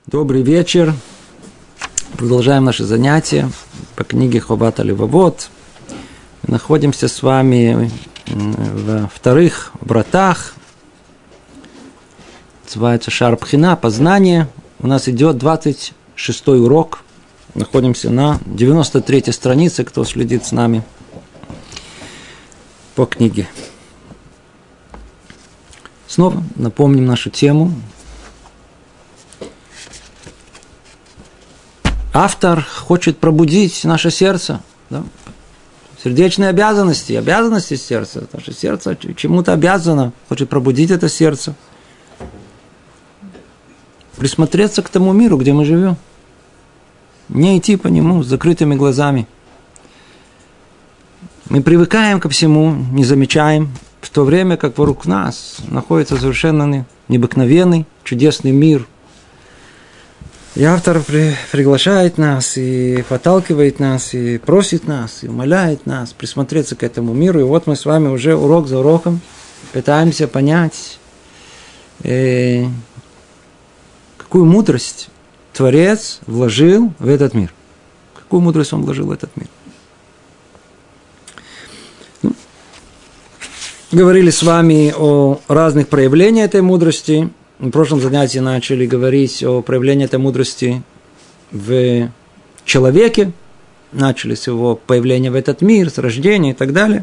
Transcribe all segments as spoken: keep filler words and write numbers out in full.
Добрый вечер. Продолжаем наши занятия по книге Ховат Алевавот. Находимся с вами во вторых вратах. Называется Шаар Бхина, познание. У нас идет двадцать шестой урок. Находимся на девяносто третьей странице, кто следит с нами по книге. Снова напомним нашу тему. Автор хочет пробудить наше сердце, да? Сердечные обязанности, обязанности сердца. Наше сердце чему-то обязано, хочет пробудить это сердце. Присмотреться к тому миру, где мы живем. Не идти по нему с закрытыми глазами. Мы привыкаем ко всему, не замечаем, в то время как вокруг нас находится совершенно необыкновенный, чудесный мир. И автор при, приглашает нас, и подталкивает нас, и просит нас, и умоляет нас присмотреться к этому миру. И вот мы с вами уже урок за уроком пытаемся понять, э, какую мудрость Творец вложил в этот мир. Какую мудрость он вложил в этот мир. Ну, говорили с вами о разных проявлениях этой мудрости. В прошлом занятии начали говорить о проявлении этой мудрости в человеке. Начали с его появления в этот мир, с рождения и так далее.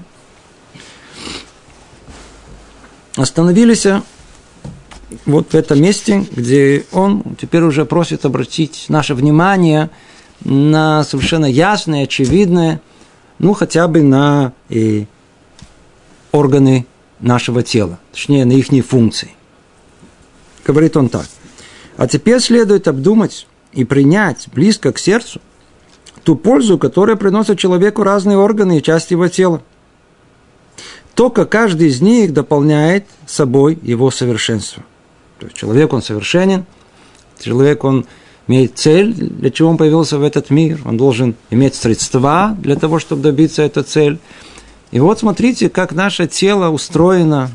Остановились вот в этом месте, где он теперь уже просит обратить наше внимание на совершенно ясное, очевидное, ну, хотя бы на э, органы нашего тела, точнее, на их функции. Говорит он так. А теперь следует обдумать и принять близко к сердцу ту пользу, которую приносят человеку разные органы и части его тела. Только каждый из них дополняет собой его совершенство. То есть человек, он совершенен, человек, он имеет цель, для чего он появился в этот мир, он должен иметь средства для того, чтобы добиться этой цели. И вот смотрите, как наше тело устроено.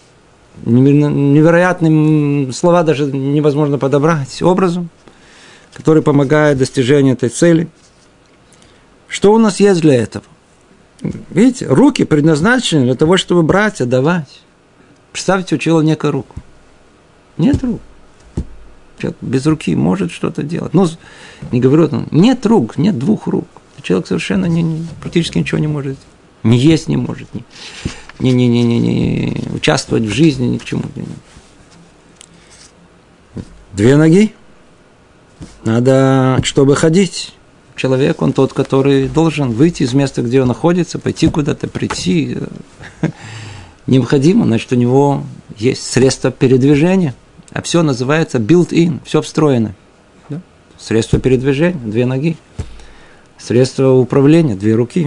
Невероятные слова даже невозможно подобрать образом, который помогает достижению этой цели. Что у нас есть для этого? Видите, руки предназначены для того, чтобы брать, отдавать. Представьте, у человека нет рук. Нет рук. Человек без руки может что-то делать. Ну, не говорю, нет рук, нет двух рук. Человек совершенно не, не, практически ничего не может. Не есть не может. Не, не, не, не, не участвовать в жизни, ни к чему. Две ноги. Надо, чтобы ходить. Человек, он тот, который должен выйти из места, где он находится, пойти куда-то, прийти. Необходимо, значит, у него есть средства передвижения. А все называется built-in, все встроено. Да? Средства передвижения, две ноги. Средства управления, две руки.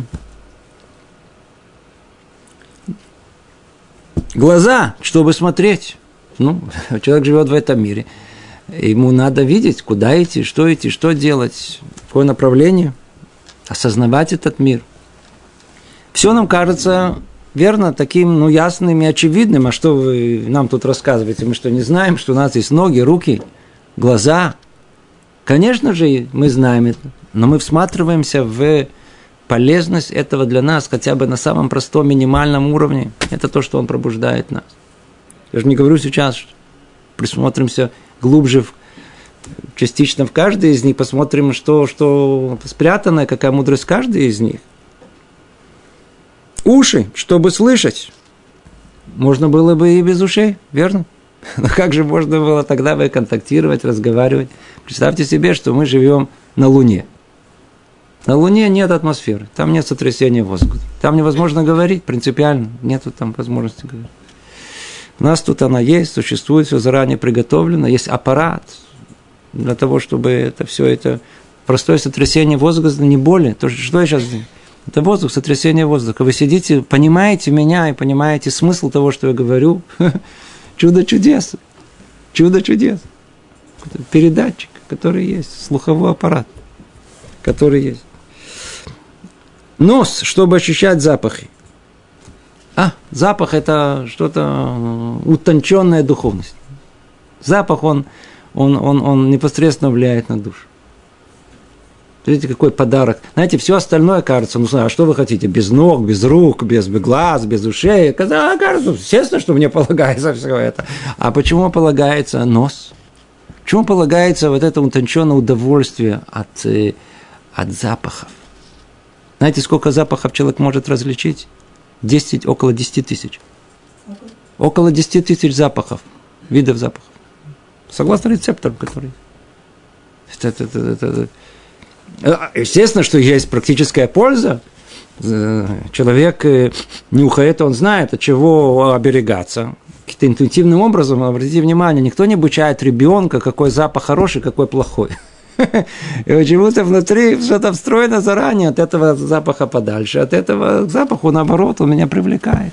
Глаза, чтобы смотреть. Ну, человек живет в этом мире. Ему надо видеть, куда идти, что идти, что делать, в какое направление. Осознавать этот мир. Все нам кажется верно, таким, ну, ясным и очевидным. А что вы нам тут рассказываете? Мы что, не знаем, что у нас есть ноги, руки, глаза? Конечно же, мы знаем это. Но мы всматриваемся в полезность этого для нас хотя бы на самом простом, минимальном уровне. Это то, что он пробуждает нас. Я же не говорю сейчас, что присмотримся глубже, в, частично в каждой из них, посмотрим, что, что спрятано, какая мудрость каждой из них. Уши, чтобы слышать. Можно было бы и без ушей, верно? Но как же можно было тогда бы контактировать, разговаривать? Представьте себе, что мы живем на Луне. На Луне нет атмосферы, там нет сотрясения воздуха. Там невозможно говорить, принципиально, нету там возможности говорить. У нас тут она есть, существует, все заранее приготовлено, есть аппарат для того, чтобы это все это... Простое сотрясение воздуха, не более. То, что я сейчас... Это воздух, сотрясение воздуха. Вы сидите, понимаете меня и понимаете смысл того, что я говорю. Чудо чудес. Чудо чудес. Передатчик, который есть, слуховой аппарат, который есть. Нос, чтобы ощущать запахи. А, запах – это что-то утонченная духовность. Запах, он он, он, он непосредственно влияет на душу. Видите, какой подарок. Знаете, все остальное кажется, ну, а что вы хотите? Без ног, без рук, без глаз, без ушей. А, кажется, естественно, что мне полагается все это. А почему полагается нос? Почему полагается вот это утонченное удовольствие от, от запахов? Знаете, сколько запахов человек может различить? десять, около десяти тысяч. Около десяти тысяч запахов, видов запахов. Согласно рецепторам, которые... Это, это, это, это... Естественно, что есть практическая польза. Человек нюхает, он знает, от чего оберегаться. Каким-то интуитивным образом, обратите внимание, никто не обучает ребенка, какой запах хороший, какой плохой. И почему-то внутри что-то встроено заранее, от этого запаха подальше, от этого запаха, наоборот, он меня привлекает.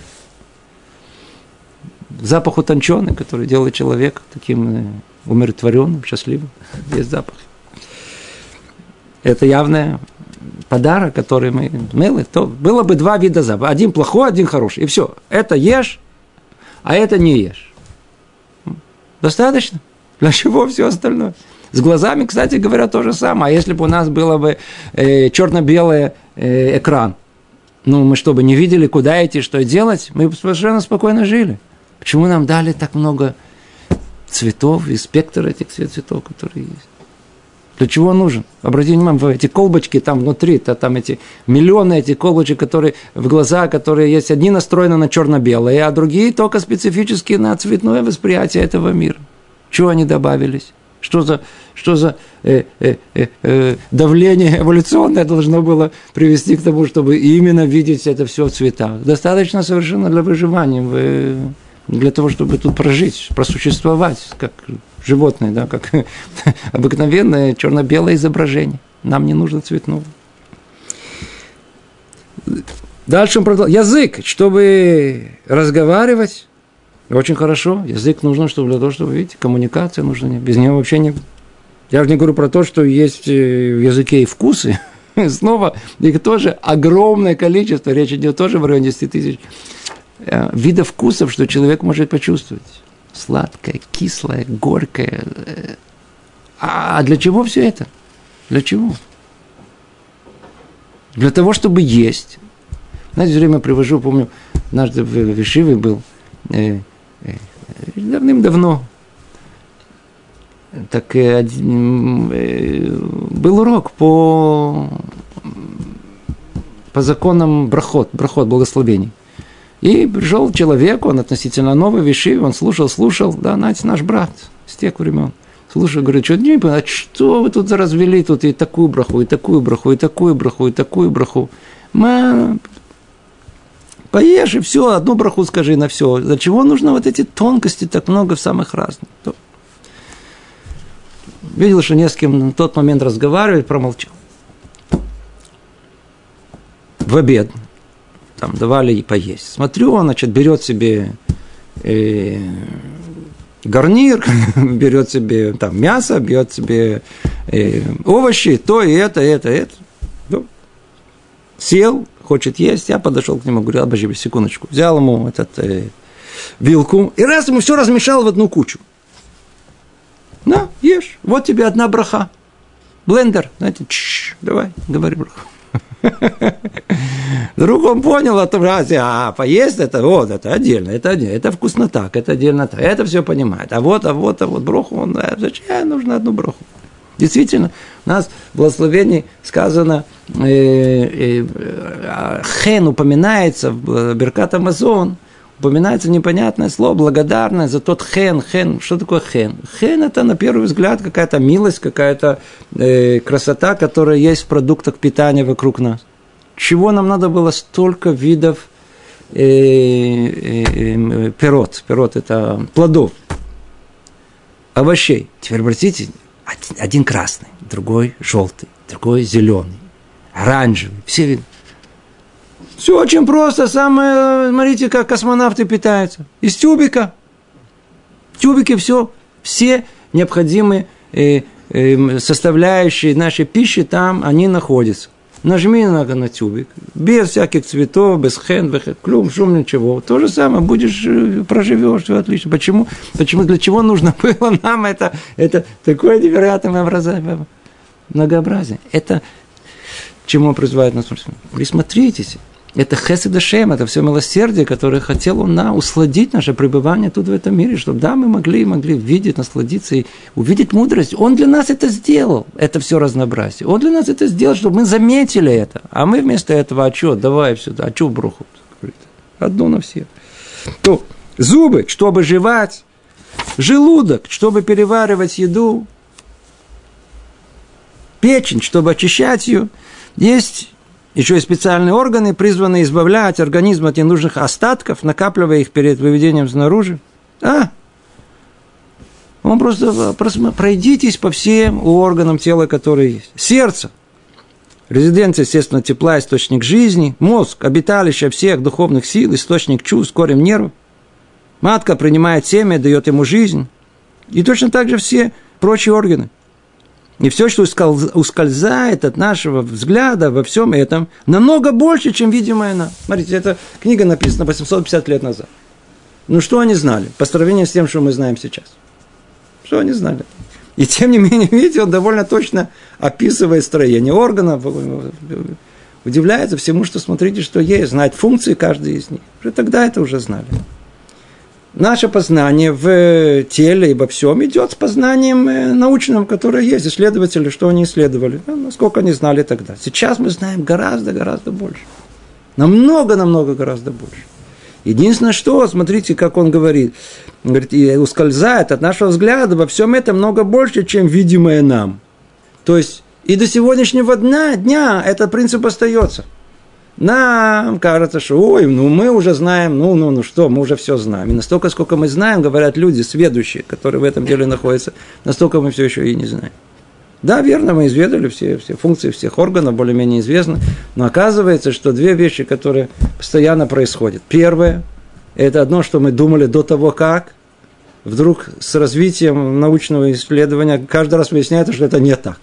Запах утонченный, который делает человека таким умиротворенным, счастливым. Есть запах. Это явный подарок, который мы имели. То было бы два вида запаха. Один плохой, один хороший. И все. Это ешь, а это не ешь. Достаточно? Для чего все остальное? С глазами, кстати говоря, то же самое. А если бы у нас был бы э, черно-белый э, экран, ну, мы что бы не видели, куда идти, что делать, мы бы совершенно спокойно жили. Почему нам дали так много цветов и спектр этих цветов, которые есть? Для чего нужен? Обратите внимание, эти колбочки там внутри, то там эти миллионы этих колбочек, которые в глаза, которые есть, одни настроены на черно-белое, а другие только специфически на цветное восприятие этого мира. Чего они добавились? Что за, что за э, э, э, э, давление эволюционное должно было привести к тому, чтобы именно видеть это все в цветах? Достаточно совершенно для выживания, вы, для того, чтобы тут прожить, просуществовать, как животное, да, как обыкновенное черно-белое изображение. Нам не нужно цветного. Дальше он продолжает. Язык, чтобы разговаривать. Очень хорошо. Язык нужен, чтобы для того, чтобы, видите, коммуникация нужна. Без него вообще не... Я же не говорю про то, что есть в языке и вкусы. Снова их тоже огромное количество. Речь идет тоже в районе десяти тысяч видов вкусов, что человек может почувствовать. Сладкое, кислое, горькое. А для чего все это? Для чего? Для того, чтобы есть. Знаете, все время привожу, помню, однажды в Вишиве был... Давным-давно так, был урок по, по законам брахот, брахот, благословений. И пришел человек, он относительно новый, вишив, он слушал, слушал, да, знаете, наш брат с тех времен. Слушай, говорит, что не понимаю, а что вы тут развели тут и такую браху, и такую браху, и такую браху, и такую браху. Ма... Поешь, и все, одну браху скажи на все. Для чего нужно вот эти тонкости так много в самых разных? Видел, что не с кем на тот момент разговаривать, промолчал. В обед там давали и поесть. Смотрю, он, значит, берет себе э, гарнир, берет себе там мясо, берет себе э, овощи, то и это, и это, и это. Ну, сел, хочет есть, я подошел к нему, говорю, обожди, секундочку, взял ему этот э, вилку, и раз ему все размешал в одну кучу. На, ешь, вот тебе одна браха. Блендер, знаете, чш, давай, говори браху. Вдруг он понял, а поесть это, вот, это отдельно, это отдельно, это вкусно так, это отдельно так, это все понимает. А вот, а вот, а вот браху, он, зачем нужно одну браху? Действительно, у нас в благословении сказано, э, э, хен упоминается в Беркат Амазон, упоминается непонятное слово, благодарное за тот хен, хен. Что такое хен? Хен – это, на первый взгляд, какая-то милость, какая-то э, красота, которая есть в продуктах питания вокруг нас. Чего нам надо было столько видов э, э, э, пирот? Пирот – это плодов, овощей. Теперь обратите, один, один красный, другой желтый, другой зеленый, оранжевый, все виды. Все очень просто. Самое, смотрите, как космонавты питаются. Из тюбика. В тюбике все, все необходимые э, э, составляющие нашей пищи там, они находятся. нажми на, на тюбик, без всяких цветов, без хен, без клюм, шум, ничего. То же самое, будешь, проживешь, все отлично. Почему? Почему? Для чего нужно было нам это, это такое невероятное образование, многообразие? Это к чему призывает нас? Присмотритесь. Это хесед Ашем, это все милосердие, которое хотел он на усладить наше пребывание тут в этом мире, чтобы да, мы могли, могли видеть, насладиться и увидеть мудрость. Он для нас это сделал, это все разнообразие. Он для нас это сделал, чтобы мы заметили это. А мы вместо этого, а что, давай сюда, а что в бруху? Одно на всех. То зубы, чтобы жевать, желудок, чтобы переваривать еду, печень, чтобы очищать ее. Есть еще и специальные органы, призванные избавлять организм от ненужных остатков, накапливая их перед выведением снаружи. А? Он просто, просто пройдитесь по всем органам тела, которые есть. Сердце. Резиденция, естественно, тепла, источник жизни. Мозг, обиталище всех духовных сил, источник чувств, корень нервов. Матка принимает семя, дает ему жизнь. И точно так же все прочие органы. И все, что ускользает от нашего взгляда во всем этом, намного больше, чем видимое нам. Смотрите, эта книга написана восемьсот пятьдесят лет назад. Ну, что они знали по сравнению с тем, что мы знаем сейчас? Что они знали? И тем не менее, видите, он довольно точно описывает строение органов, удивляется всему, что смотрите, что есть, знает функции каждой из них. Уже тогда это уже знали. Наше познание в теле и во всем идет с познанием научным, которое есть. Исследователи, что они исследовали, ну, насколько они знали тогда. Сейчас мы знаем гораздо-гораздо больше. Намного-намного гораздо больше. Единственное, что, смотрите, как он говорит, говорит, и ускользает от нашего взгляда во всем этом много больше, чем видимое нам. То есть, и до сегодняшнего дня, дня этот принцип остается. Нам кажется, что ой, ну мы уже знаем, ну, ну, ну что, мы уже все знаем. И настолько, сколько мы знаем, говорят люди, сведущие, которые в этом деле находятся, настолько мы все еще и не знаем. Да, верно, мы изведали все, все функции всех органов, более-менее известны, но оказывается, что две вещи, которые постоянно происходят. Первое, это одно, что мы думали до того, как, вдруг с развитием научного исследования каждый раз выясняется, что это не так.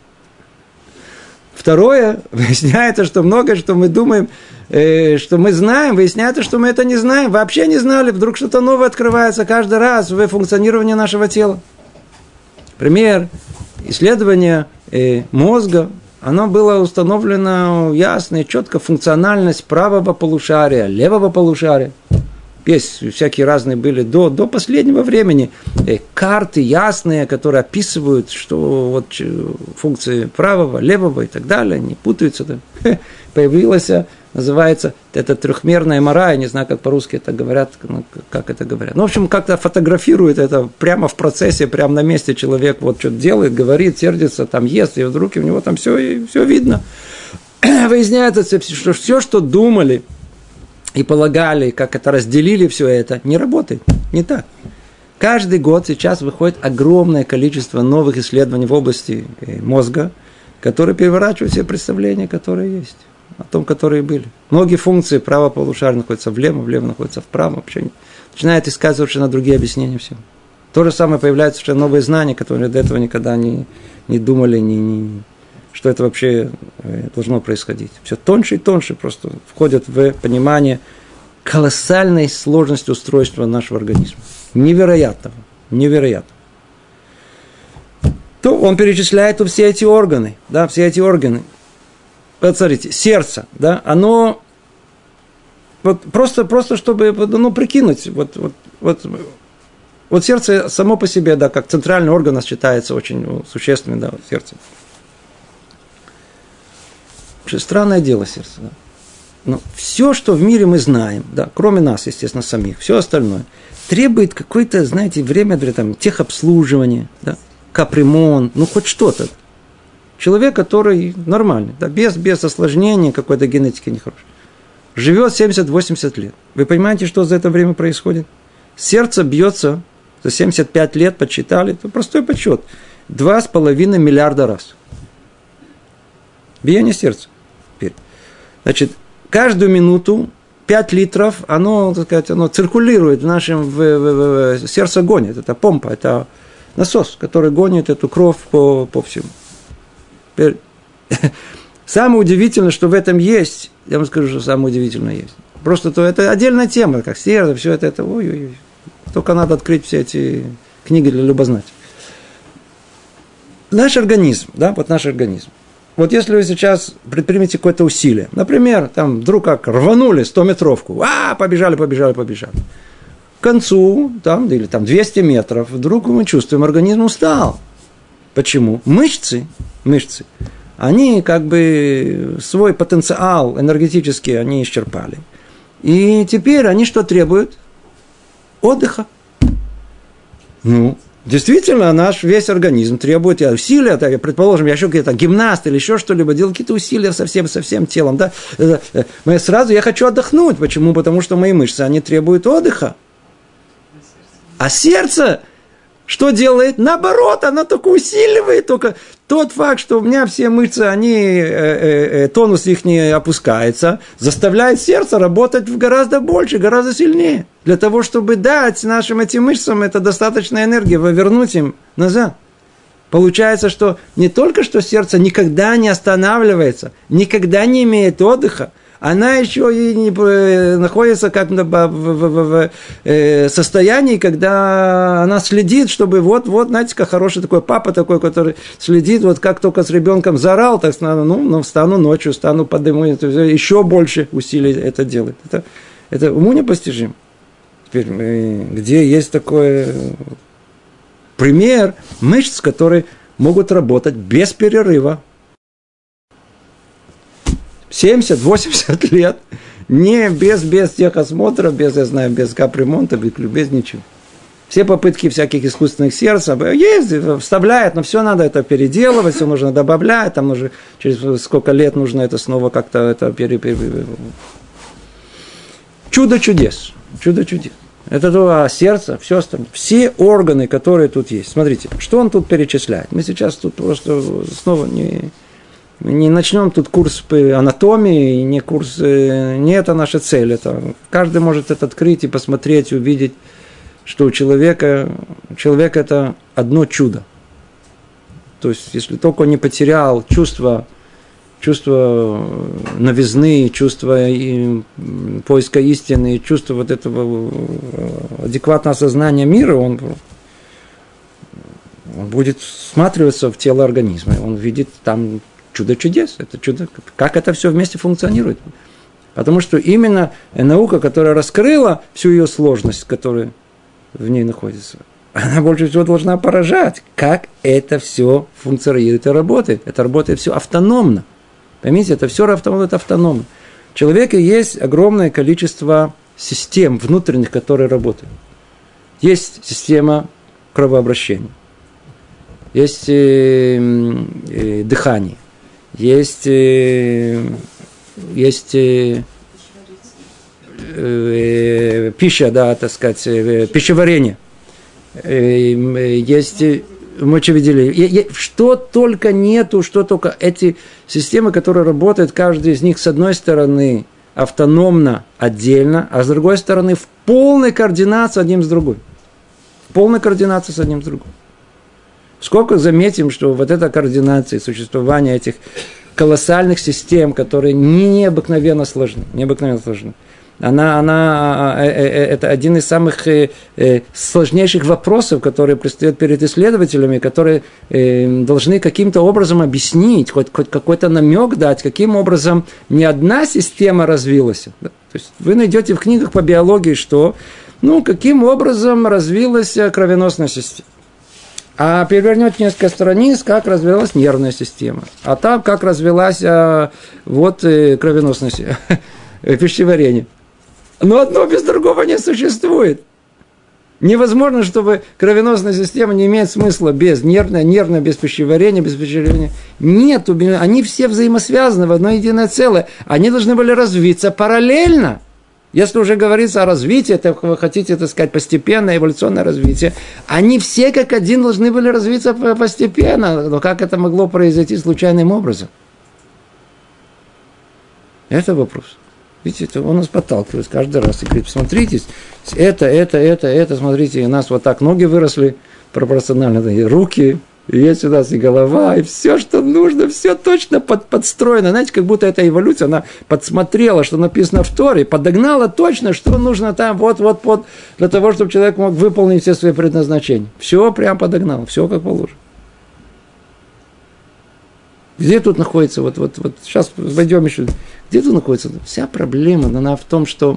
Второе, выясняется, что многое, что мы думаем, э, что мы знаем, выясняется, что мы это не знаем, вообще не знали, вдруг что-то новое открывается каждый раз в функционировании нашего тела. Пример, исследование э, мозга, оно было установлено ясно и четко, функциональность правого полушария, левого полушария. Есть всякие разные были до, до последнего времени э, карты ясные, которые описывают, что вот функции правого, левого и так далее, не путаются. Да. Появилась, называется, это трехмерная эм эр ай, я не знаю, как по-русски это говорят, ну, как это говорят. Ну, в общем, как-то фотографирует это прямо в процессе, прямо на месте человек вот что-то делает, говорит, сердится, там ест, и вдруг у него там все, все видно. Выясняется, что все, что думали, и полагали, как это разделили все это, не работает, не так. Каждый год сейчас выходит огромное количество новых исследований в области мозга, которые переворачивают все представления, которые есть, о том, которые были. Многие функции правого полушария находятся влево, влево находятся вправо, вообще начинает искать совершенно другие объяснения всего. То же самое появляются совершенно новые знания, которые до этого никогда не, не думали, не, не, что это вообще должно происходить. Все тоньше и тоньше просто входят в понимание колоссальной сложности устройства нашего организма. Невероятного. Невероятно. То он перечисляет все эти органы. Да, все эти органы. Вот смотрите, сердце, да, оно вот просто, просто чтобы ну, прикинуть, вот, вот, вот, вот сердце само по себе, да, как центральный орган считается очень существенным, да, сердце. Странное дело сердце. Да? Но все, что в мире мы знаем, да, кроме нас, естественно, самих, все остальное, требует какое-то, знаете, время для там, техобслуживания, да, капремонт, ну хоть что-то. Человек, который нормальный, да, без, без осложнений какой-то генетики нехорошей, живет семьдесят-восемьдесят лет. Вы понимаете, что за это время происходит? Сердце бьется за семьдесят пять лет, подсчитали, это простой подсчет, два с половиной миллиарда раз. Биение сердца. Теперь. Значит, каждую минуту пять литров, оно, так сказать, оно циркулирует в нашем, в, в, в, сердце гонит, это помпа, это насос, который гонит эту кровь по, по всему. Теперь, Самое удивительное, что в этом есть, я вам скажу, что самое удивительное есть. Просто то это отдельная тема, как сердце, все это, это, ой-ой-ой. Только надо открыть все эти книги для любознателей. Наш организм, да, вот наш организм. Вот если вы сейчас предпримете какое-то усилие, например, там вдруг как рванули стометровку, а, побежали, побежали, побежали. К концу, там, или там двести метров, вдруг мы чувствуем, организм устал. Почему? Мышцы, мышцы, они как бы свой потенциал энергетический они исчерпали. И теперь они что требуют? Отдыха. Ну, действительно, наш весь организм требует усилия, так, предположим, я еще где-то гимнаст или еще что-либо, делал какие-то усилия совсем, со всем телом, да, мы сразу, я хочу отдохнуть. Почему? Потому что мои мышцы, они требуют отдыха. А сердце, что делает? Наоборот, оно только усиливает, только тот факт, что у меня все мышцы, они, э, э, тонус их не опускается, заставляет сердце работать гораздо больше, гораздо сильнее, для того, чтобы дать нашим этим мышцам это достаточно энергии, вернуть им назад. Получается, что не только что сердце никогда не останавливается, никогда не имеет отдыха, она еще и не находится как в, в, в, в состоянии, когда она следит, чтобы вот, вот, знаете, как хороший такой папа такой, который следит, вот как только с ребенком заорал, так ну, ну встану ночью, встану, подниму, еще больше усилий это делает. Это, это уму непостижимо. Теперь, где есть такой пример мышц, которые могут работать без перерыва. семьдесят-восемьдесят лет, не без, без техосмотра, без, я знаю, без капремонта, без, без ничего. Все попытки всяких искусственных сердц есть, вставляют, но все надо это переделывать, все нужно добавлять, там нужно, через сколько лет нужно это снова как-то это пере, пере... Чудо чудес, чудо чудес. Это то, а сердце, все остальное. Все органы, которые тут есть. Смотрите, что он тут перечисляет. Мы сейчас тут просто снова не... Не начнем тут курс анатомии, не курс, не это наша цель. Это, каждый может это открыть и посмотреть, увидеть, что у человека, человек это одно чудо. То есть, если только он не потерял чувство, чувство новизны, чувство поиска истины, чувство вот этого адекватного осознания мира, он, он будет всматриваться в тело организма, он видит там чудо чудес, это чудо, как это все вместе функционирует. Потому что именно наука, которая раскрыла всю ее сложность, которая в ней находится, она больше всего должна поражать, как это все функционирует и работает. Это работает все автономно. Поймите, это все автономно, это автономно. У человека есть огромное количество систем внутренних, которые работают. Есть система кровообращения, есть э, э, дыхание, есть, э, есть э, э, пища, да, так сказать, э, пищеварение, э, есть мочевыделение. Что только нету, что только эти системы, которые работают, каждый из них, с одной стороны, автономно, отдельно, а с другой стороны, в полной координации одним с другой. В полной координации с одним с другим. Сколько заметим, что вот эта координация, существование этих колоссальных систем, которые необыкновенно сложны, необыкновенно сложны, она, она, это один из самых сложнейших вопросов, которые предстоят перед исследователями, которые должны каким-то образом объяснить, хоть, хоть какой-то намек дать, каким образом не одна система развилась. То есть вы найдете в книгах по биологии, что, ну, каким образом развилась кровеносная система. А перевернете несколько страниц, как развилась нервная система. А там, как развилась вот кровеносная система, пищеварение. Но одно без другого не существует. Невозможно, чтобы кровеносная система не имеет смысла без нервной, нервной без пищеварения, без пищеварения. Нет, они все взаимосвязаны в одно единое целое. Они должны были развиться параллельно. Если уже говорится о развитии, это вы хотите, так сказать, постепенное эволюционное развитие, они все как один должны были развиться постепенно. Но как это могло произойти случайным образом? Это вопрос. Видите, он нас подталкивает каждый раз и говорит, смотрите, это, это, это, это, смотрите, у нас вот так ноги выросли пропорционально, руки, Есть у нас и голова, и все, что нужно, все точно под, подстроено. Знаете, как будто эта эволюция, она подсмотрела, что написано в Торе, подогнала точно, что нужно там, вот-вот-вот, для того, чтобы человек мог выполнить все свои предназначения. Все прям подогнал, все как положено. Где тут находится, вот, вот, вот, сейчас пойдем еще, где тут находится? Вся проблема, она в том, что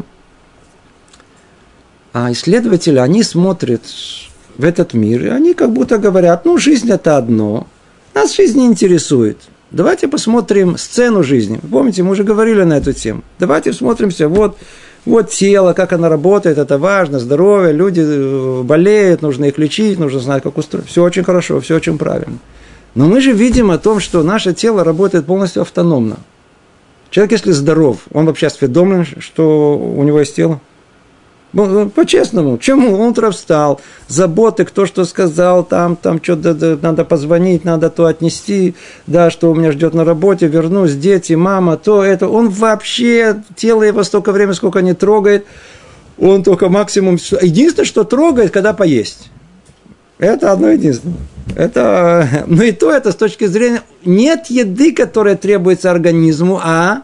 а исследователи, они смотрят в этот мир, и они как будто говорят, ну, жизнь это одно, нас жизнь не интересует. Давайте посмотрим сцену жизни. Помните, мы уже говорили на эту тему. Давайте смотримся, вот, вот тело, как оно работает, это важно, здоровье, люди болеют, нужно их лечить, нужно знать, как устроить. Все очень хорошо, все очень правильно. Но мы же видим о том, что наше тело работает полностью автономно. Человек, если здоров, он вообще осведомлен, что у него есть тело? По-честному, чему? Он утром встал, заботы, кто что сказал, там, там что-то надо позвонить, надо то отнести, да, что у меня ждет на работе, вернусь, дети, мама, то, это. Он вообще, тело его столько времени, сколько не трогает, он только максимум... Единственное, что трогает, когда поесть. Это одно единственное. Это, ну и то, это с точки зрения... Нет еды, которая требуется организму, а...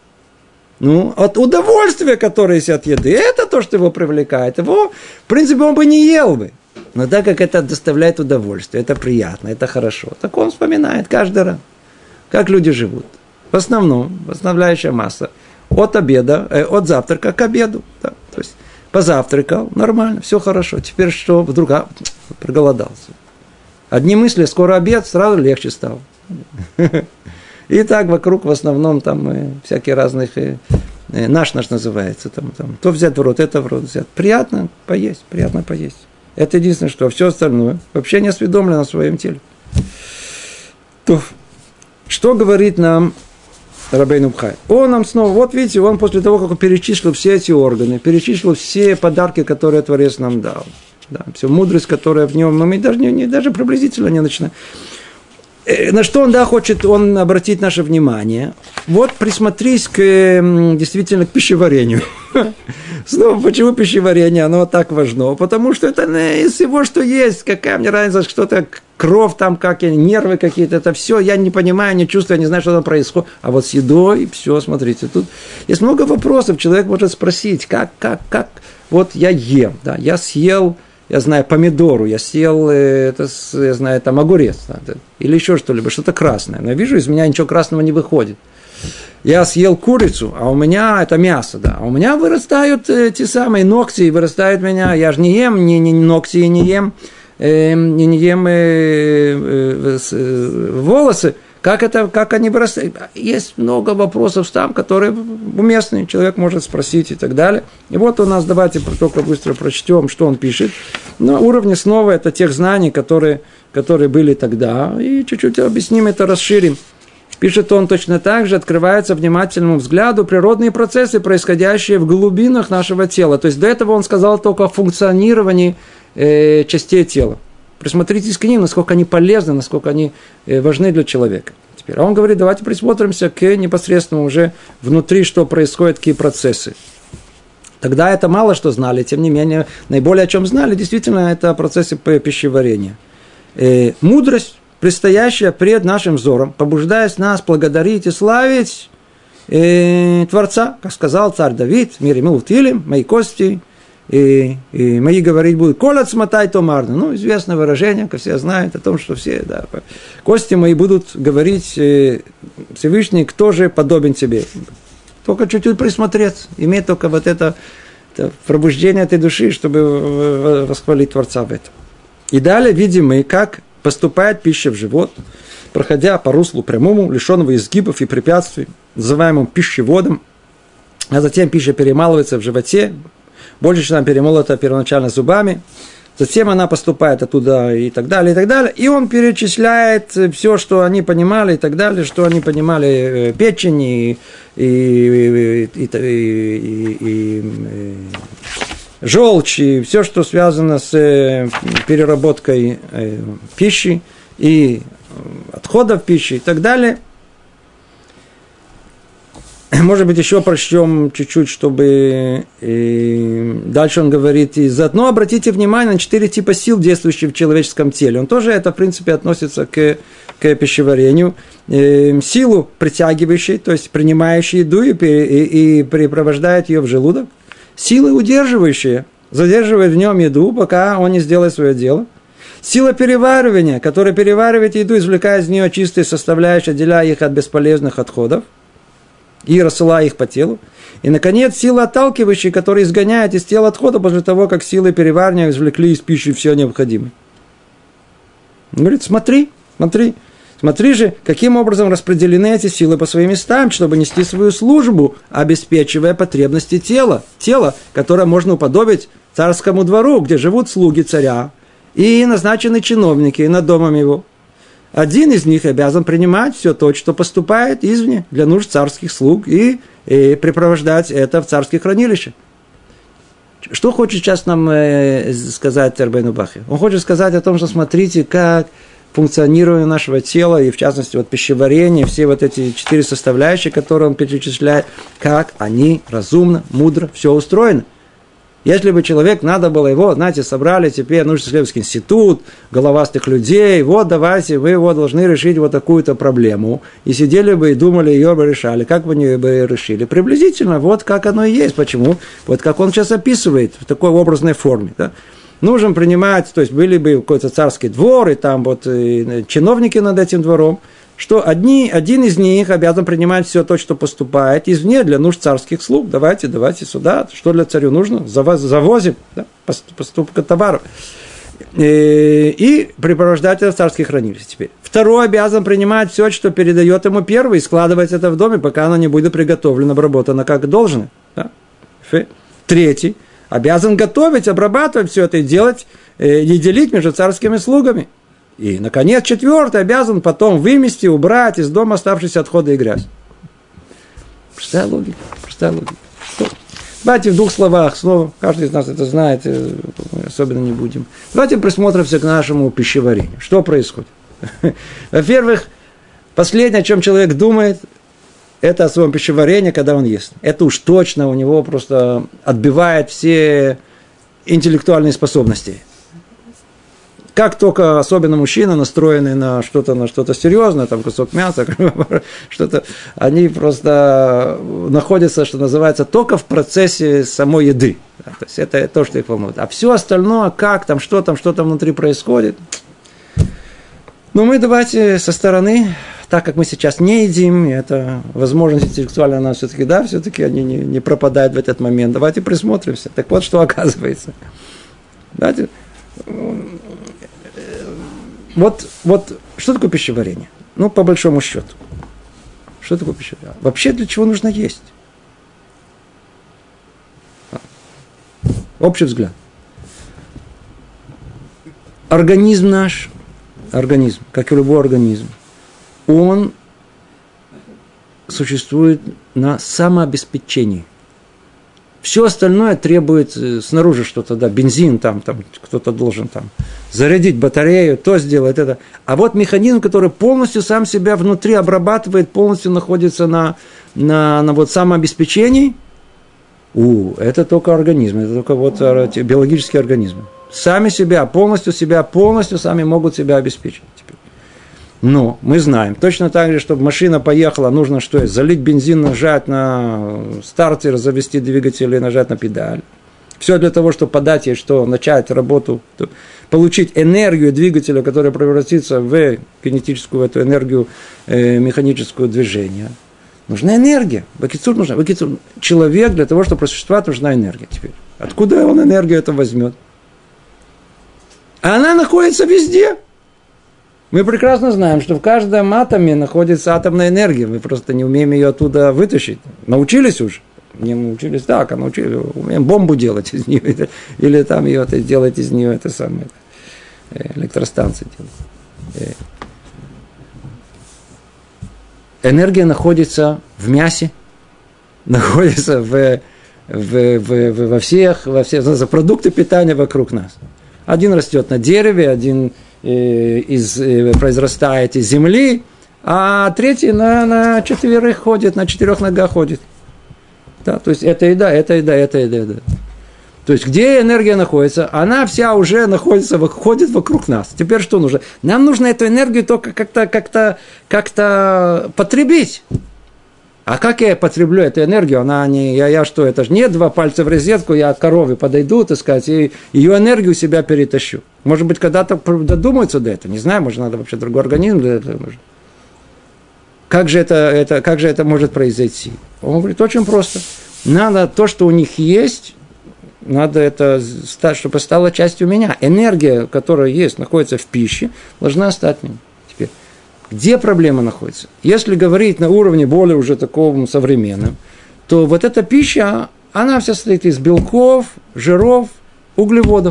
Ну, от удовольствия, которое есть от еды, это то, что его привлекает. Его, в принципе, он бы не ел бы. Но так как это доставляет удовольствие, это приятно, это хорошо, так он вспоминает каждый раз, как люди живут. В основном, основляющая масса, от обеда, э, от завтрака к обеду. Да. То есть, позавтракал, нормально, все хорошо. Теперь что, вдруг а, проголодался. Одни мысли, скоро обед, сразу легче стало. И так вокруг в основном там э, всякие разных, э, э, наш наш называется, там, там, то взять в рот, это в рот взять. Приятно поесть, приятно поесть. Это единственное, что все остальное вообще не осведомлено о своем теле. То, что говорит нам Рабейну Бхай? Он нам снова, вот видите, он после того, как он перечислил все эти органы, перечислил все подарки, которые Творец нам дал, да, всю мудрость, которая в нем, мы даже, не, не, даже приблизительно не начинаем. На что он, да, хочет он обратить наше внимание? Вот присмотрись к, действительно к пищеварению. Снова, почему пищеварение, оно так важно? Потому что это из всего, что есть. Какая мне разница, что-то, кровь там, как нервы какие-то, это все, я не понимаю, не чувствую, не знаю, что там происходит. А вот с едой, все, смотрите, тут есть много вопросов, человек может спросить, как, как, как, вот я ем, да, я съел, я знаю, помидору, я съел, это, я знаю, там, огурец, да, или еще что-либо, что-то красное. Но я вижу, из меня ничего красного не выходит. Я съел курицу, а у меня это мясо, да. А у меня вырастают э, те самые ногти, вырастают меня. Я же не ем ни, ни ногти, не ем, э, не, не ем э, э, э, волосы. Как, это, как они вырастают? Есть много вопросов там, которые уместные, человек может спросить и так далее. И вот у нас, давайте только быстро прочтем, что он пишет. На уровне снова это тех знаний, которые, которые были тогда, и чуть-чуть объясним это, расширим. Пишет он точно так же, открываются внимательному взгляду природные процессы, происходящие в глубинах нашего тела. То есть до этого он сказал только о функционировании э, частей тела. Присмотритесь к ним, насколько они полезны, насколько они важны для человека. Теперь, а он говорит, давайте присмотримся к непосредственно уже внутри, что происходит, какие процессы. Тогда это мало что знали, тем не менее, наиболее о чем знали, действительно, это процессы пищеварения. Э, мудрость, предстоящая пред нашим взором, побуждаясь нас благодарить и славить э, Творца, как сказал царь Давид, мир ему утилим, мои кости, И, и мои говорить будут «Колят смотай томарно». Ну, известное выражение, как все знают о том, что все, да, кости мои будут говорить э, Всевышний, кто же подобен тебе. Только чуть-чуть присмотреться, иметь только вот это, это пробуждение этой души, чтобы восхвалить Творца в этом. И далее видим мы, как поступает пища в живот, проходя по руслу прямому, лишенного изгибов и препятствий, называемым пищеводом, а затем пища перемалывается в животе, больше, чем она перемолота первоначально зубами, затем она поступает оттуда и так далее, и так далее, и он перечисляет все, что они понимали, и так далее, что они понимали печень, и, и, и, и, и, и, и желчь, и все, что связано с переработкой пищи, и отходов пищи, и так далее. Может быть, еще прочтем чуть-чуть, чтобы и дальше он говорит, и заодно обратите внимание на четыре типа сил, действующих в человеческом теле. Он тоже это, в принципе, относится к, к пищеварению. И силу притягивающей, то есть принимающей еду и, и, и препровождает ее в желудок. Силы удерживающие, задерживает в нем еду, пока он не сделает свое дело. Сила переваривания, которая переваривает еду, извлекая из нее чистые составляющие, отделяя их от бесполезных отходов и рассылая их по телу. И, наконец, сила отталкивающая, которая изгоняет из тела отходы после того, как силы переваривания извлекли из пищи все необходимое. Он говорит, смотри, смотри, смотри же, каким образом распределены эти силы по своим местам, чтобы нести свою службу, обеспечивая потребности тела. Тело, которое можно уподобить царскому двору, где живут слуги царя и назначены чиновники над домом его. Один из них обязан принимать все то, что поступает извне для нужд царских слуг, и, и препровождать это в царские хранилища. Что хочет сейчас нам э, сказать Рабейну Бахья? Он хочет сказать о том, что смотрите, как функционирование нашего тела, и в частности вот пищеварение, все вот эти четыре составляющие, которые он перечисляет, как они разумно, мудро все устроено. Если бы человек, надо было его, знаете, собрали теперь научно-исследовательский институт, головастых людей, вот давайте, вы его должны решить вот такую-то проблему, и сидели бы и думали, ее бы решали, как бы они бы решили. Приблизительно, вот как оно и есть. Почему? Вот как он сейчас описывает, в такой образной форме. Да? Нужно принимать, то есть были бы какой-то царский двор, и там вот и чиновники над этим двором, что одни, один из них обязан принимать все то, что поступает извне для нужд царских слуг. Давайте, давайте сюда. Что для царю нужно? Завозим, да, поступка товаров. И, и препровождать это в царские хранилища теперь. Второй обязан принимать все, что передает ему первый, и складывать это в доме, пока оно не будет приготовлено, обработано как должно. Да? Третий обязан готовить, обрабатывать все это и делать, и делить между царскими слугами. И, наконец, четвертый обязан потом вымести, убрать из дома оставшиеся отходы и грязь. Простая логика, простая логика. Давайте в двух словах, снова, каждый из нас это знает, особенно не будем. Давайте присмотримся к нашему пищеварению. Что происходит? Во-первых, последнее, о чем человек думает, это о своем пищеварении, когда он ест. Это уж точно у него просто отбивает все интеллектуальные способности. Как только особенно мужчины, настроенные на что-то, на что-то серьезное, там кусок мяса, что-то, они просто находятся, что называется, только в процессе самой еды. То есть это то, что их волнует. А все остальное, как там, что там, что там внутри происходит. Ну, мы давайте со стороны, так как мы сейчас не едим, и это возможность интеллектуальная у нас все-таки, да, все-таки они не, не пропадают в этот момент. Давайте присмотримся. Так вот, что оказывается. Давайте... Вот, вот, что такое пищеварение? Ну, по большому счету. Что такое пищеварение? Вообще, для чего нужно есть? Общий взгляд. Организм наш, организм, как и любой организм, он существует на самообеспечении. Все остальное требует снаружи что-то, да, бензин, там, там кто-то должен там зарядить батарею, то сделать это. А вот механизм, который полностью сам себя внутри обрабатывает, полностью находится на, на, на вот самообеспечении, у, это только организм, это только вот биологические организмы. Сами себя, полностью себя, полностью сами могут себя обеспечить теперь. Но мы знаем, точно так же, чтобы машина поехала, нужно что? Залить бензин, нажать на стартер, завести двигатель и нажать на педаль. Все для того, чтобы подать ей, что начать работу, получить энергию двигателя, которая превратится в кинетическую эту энергию э, механического движения. Нужна энергия. Бакицур нужна. Бакицур. Человек для того, чтобы просуществовать, нужна энергия теперь. Откуда он энергию это возьмет? Она находится везде. Мы прекрасно знаем, что в каждом атоме находится атомная энергия. Мы просто не умеем ее оттуда вытащить. Научились уже. Не научились так, а научились. Умеем бомбу делать из нее. Или там ее делать из нее это самое. Электростанции делать. Энергия находится в мясе. Находится в, в, в, в, во всех, во всех за продукты питания вокруг нас. Один растет на дереве, один Из, произрастает из земли, а третий на, на четверых ходит, на четырех ногах ходит. Да, то есть это еда, это еда, это еда, это еда. То есть где энергия находится, она вся уже находится, ходит вокруг нас. Теперь что нужно? Нам нужно эту энергию только как-то, как-то, как-то потребить. А как я потреблю эту энергию? Она не, я, я что, это же не два пальца в розетку, я от коровы подойду, так сказать, и ее энергию себя перетащу. Может быть, когда-то додумаются до этого, не знаю, может, надо вообще другой организм для этого нужен. Как же это, это, как же это может произойти? Он говорит, очень просто. Надо то, что у них есть, надо это, чтобы стало частью меня. Энергия, которая есть, находится в пище, должна стать мне. Теперь, где проблема находится? Если говорить на уровне более уже такого современном, то вот эта пища, она вся состоит из белков, жиров, углеводов.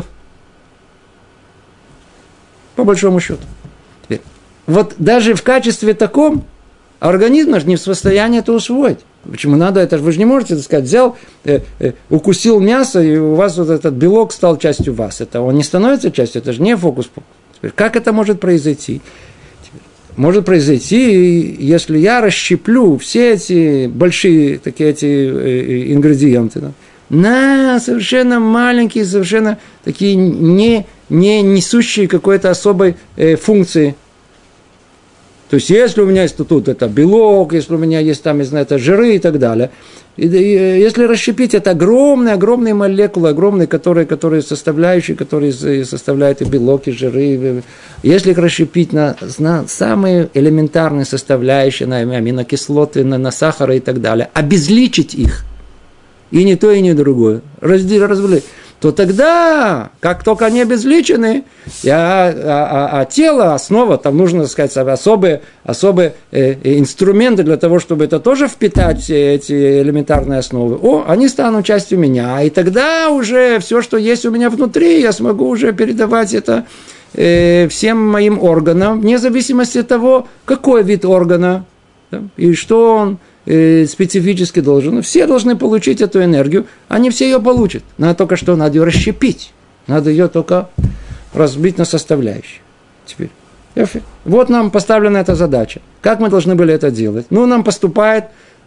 По большому счету. Теперь, вот даже в качестве таком организм наш не в состоянии это усвоить. Почему надо? Это вы же не можете, так сказать, взял, э, э, укусил мясо, и у вас вот этот белок стал частью вас. Это он не становится частью, это же не фокус-покус. Теперь, как это может произойти? Теперь, может произойти, если я расщеплю все эти большие такие эти э, ингредиенты, да, на совершенно маленькие, совершенно такие не, не несущие какой-то особой э, функции. То есть, если у меня есть тут это белок, если у меня есть там, не знаю, это жиры и так далее, и, и, если расщепить это огромные, огромные молекулы, огромные, которые, которые составляющие, которые составляют и белок, и жиры, если их расщепить на, на самые элементарные составляющие, на аминокислоты, на, на сахар и так далее, обезличить их, и не то, и не другое, разделить, то тогда, как только они обезличены, а, а, а тело, основа, там нужно, так сказать, особые, особые э, инструменты для того, чтобы это тоже впитать, все эти элементарные основы, о, они станут частью меня, и тогда уже все, что есть у меня внутри, я смогу уже передавать это э, всем моим органам, вне зависимости от того, какой вид органа, да, и что он специфически должен. Все должны получить эту энергию, они все ее получат. Надо только что, надо ее расщепить. Надо ее только разбить на составляющие. Теперь. Вот нам поставлена эта задача. Как мы должны были это делать? Ну, нам поступает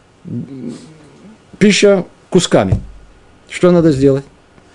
пища кусками. Что надо сделать?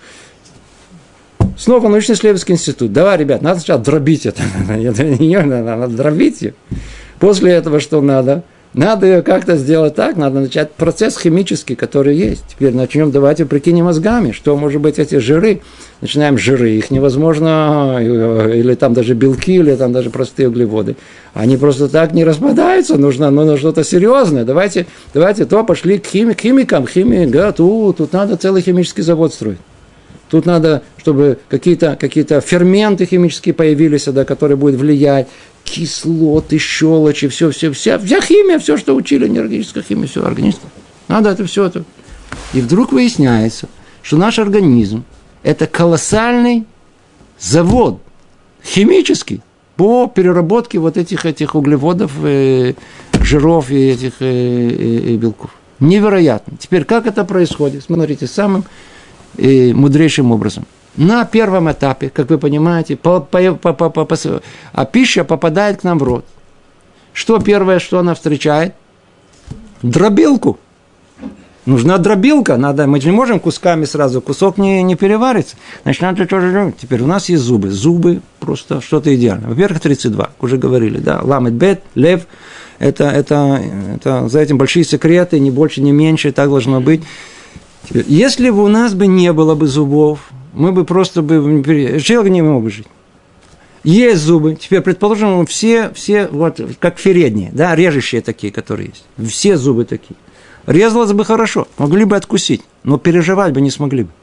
Снова научно-исследовательский институт. Давай, ребят, надо сначала дробить это. Надо дробить ее. После этого что надо? Надо ее как-то сделать так, надо начать процесс химический, который есть. Теперь начнем, давайте прикинем мозгами, что может быть эти жиры. Начинаем жиры, их невозможно, или там даже белки, или там даже простые углеводы. Они просто так не распадаются, нужно, нужно что-то серьезное. Давайте, давайте то пошли к, хими, к химикам, химии, да, тут, тут надо целый химический завод строить. Тут надо, чтобы какие-то, какие-то ферменты химические появились, да, которые будут влиять. Кислоты, щелочи, все, все, вся, вся химия, все, что учили, энергетическая химия, все, организм. Надо это все это. И вдруг выясняется, что наш организм – это колоссальный завод химический по переработке вот этих, этих углеводов, э, жиров и этих э, э, белков. Невероятно. Теперь, как это происходит? Смотрите, самым э, мудрейшим образом. На первом этапе, как вы понимаете, по, по, по, по, по, по, а пища попадает к нам в рот. Что первое, что она встречает? Дробилку. Нужна дробилка. Надо, мы же не можем кусками сразу, кусок не, не переварится. Значит, надо тоже... Теперь у нас есть зубы. Зубы просто что-то идеальное. Во-первых, тридцать два, уже говорили, да. Ламет бет, лев. Это, это, это за этим большие секреты, ни больше, ни меньше, так должно быть. Теперь, если бы у нас бы не было бы зубов, мы бы просто бы... Человек не мог бы жить. Есть зубы. Теперь, предположим, все, все вот, как передние, да, режущие такие, которые есть. Все зубы такие. Резалось бы хорошо, могли бы откусить, но переживать бы не смогли бы.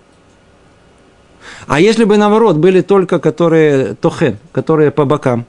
А если бы, наоборот, были только, которые тохен, которые по бокам,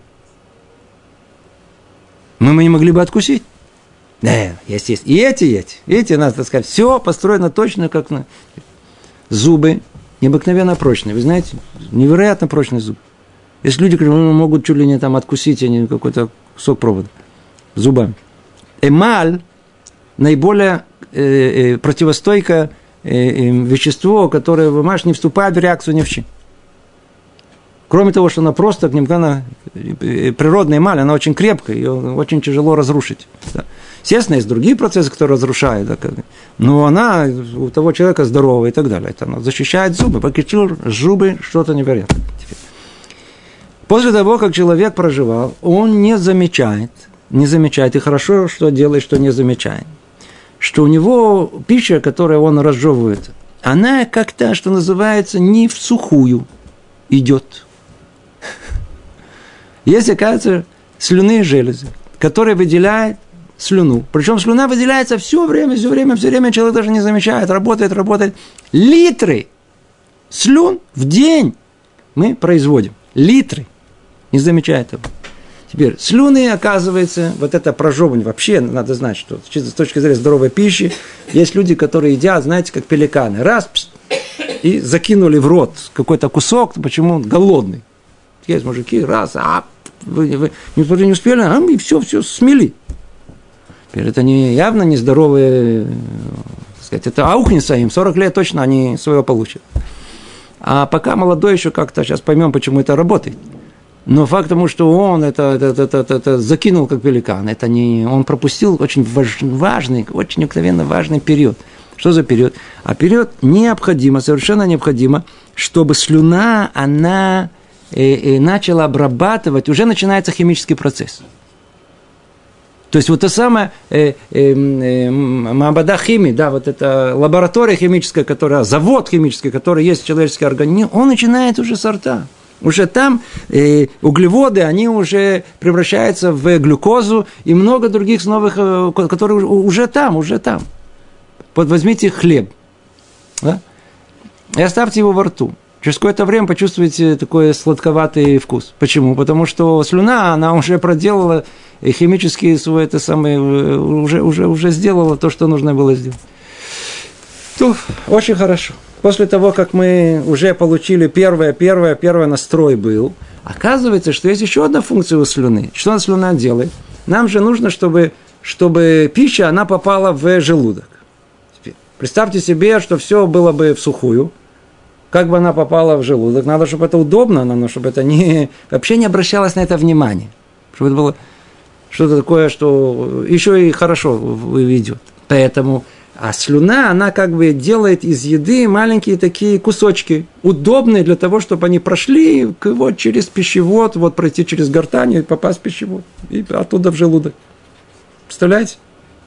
мы бы не могли бы откусить. Да, есть, есть. И эти, и эти. Видите, надо, так сказать, все построено точно, как на... Зубы необыкновенно прочные. Вы знаете, невероятно прочный зуб. Есть люди, которые могут чуть ли не там откусить они какой-то кусок провода зубами. Эмаль наиболее э, э, противостойкое э, э, вещество, которое в эмаль не вступает в реакцию ни в чем. Кроме того, что она просто, она, природная эмаль, она очень крепкая, ее очень тяжело разрушить. Да. Естественно, есть другие процессы, которые разрушают, да, но она у того человека здоровая и так далее. Это она защищает зубы, покичур, зубы, что-то невероятное. После того, как человек проживал, он не замечает, не замечает, и хорошо, что делает, что не замечает, что у него пища, которую он разжевывает, она как-то, что называется, не в сухую идет. Есть, оказывается, слюнные железы, которые выделяют слюну. Причем слюна выделяется все время, все время, все время, человек даже не замечает, работает, работает. Литры слюн в день мы производим. Литры. Не замечая этого. Теперь, слюны, оказывается, вот это прожевывание, вообще надо знать, что с точки зрения здоровой пищи, есть люди, которые едят, знаете, как пеликаны. Раз, пс, и закинули в рот какой-то кусок, почему голодный. Есть мужики, раз, а, вы, вы не, не успели, а, и все, все смели. Теперь, это не, явно нездоровые, так сказать, это аухнется им, сорок лет точно они своего получат. А пока молодой еще как-то, сейчас поймем, почему это работает. Но факт тому, что он это, это, это, это, это закинул как пеликан, это не, он пропустил очень важ, важный, очень обыкновенно важный период. Что за период? А период необходимо, совершенно необходимо, чтобы слюна, она э, э, начала обрабатывать, уже начинается химический процесс. То есть, вот та самая э, э, э, маабада химии, да, вот эта лаборатория химическая, которая, завод химический, который есть в человеческом организме, он начинает уже с рта. Уже там э, углеводы, они уже превращаются в глюкозу и много других новых, э, которые уже там, уже там. Вот возьмите хлеб, да, и оставьте его во рту. Через какое-то время почувствуете такой сладковатый вкус. Почему? Потому что слюна, она уже проделала химически свой, это самое, уже, уже, уже сделала то, что нужно было сделать. То, очень хорошо. После того, как мы уже получили первое, первое, первый настрой был, оказывается, что есть еще одна функция у слюны. Что слюна делает? Нам же нужно, чтобы, чтобы пища, она попала в желудок. Теперь, представьте себе, что все было бы в сухую. Как бы она попала в желудок? Надо, чтобы это удобно, но чтобы это не, вообще не обращалось на это внимание. Чтобы это было что-то такое, что еще и хорошо идет. Поэтому... А слюна, она как бы делает из еды маленькие такие кусочки, удобные для того, чтобы они прошли вот через пищевод, вот пройти через гортань и попасть в пищевод, и оттуда в желудок. Представляете?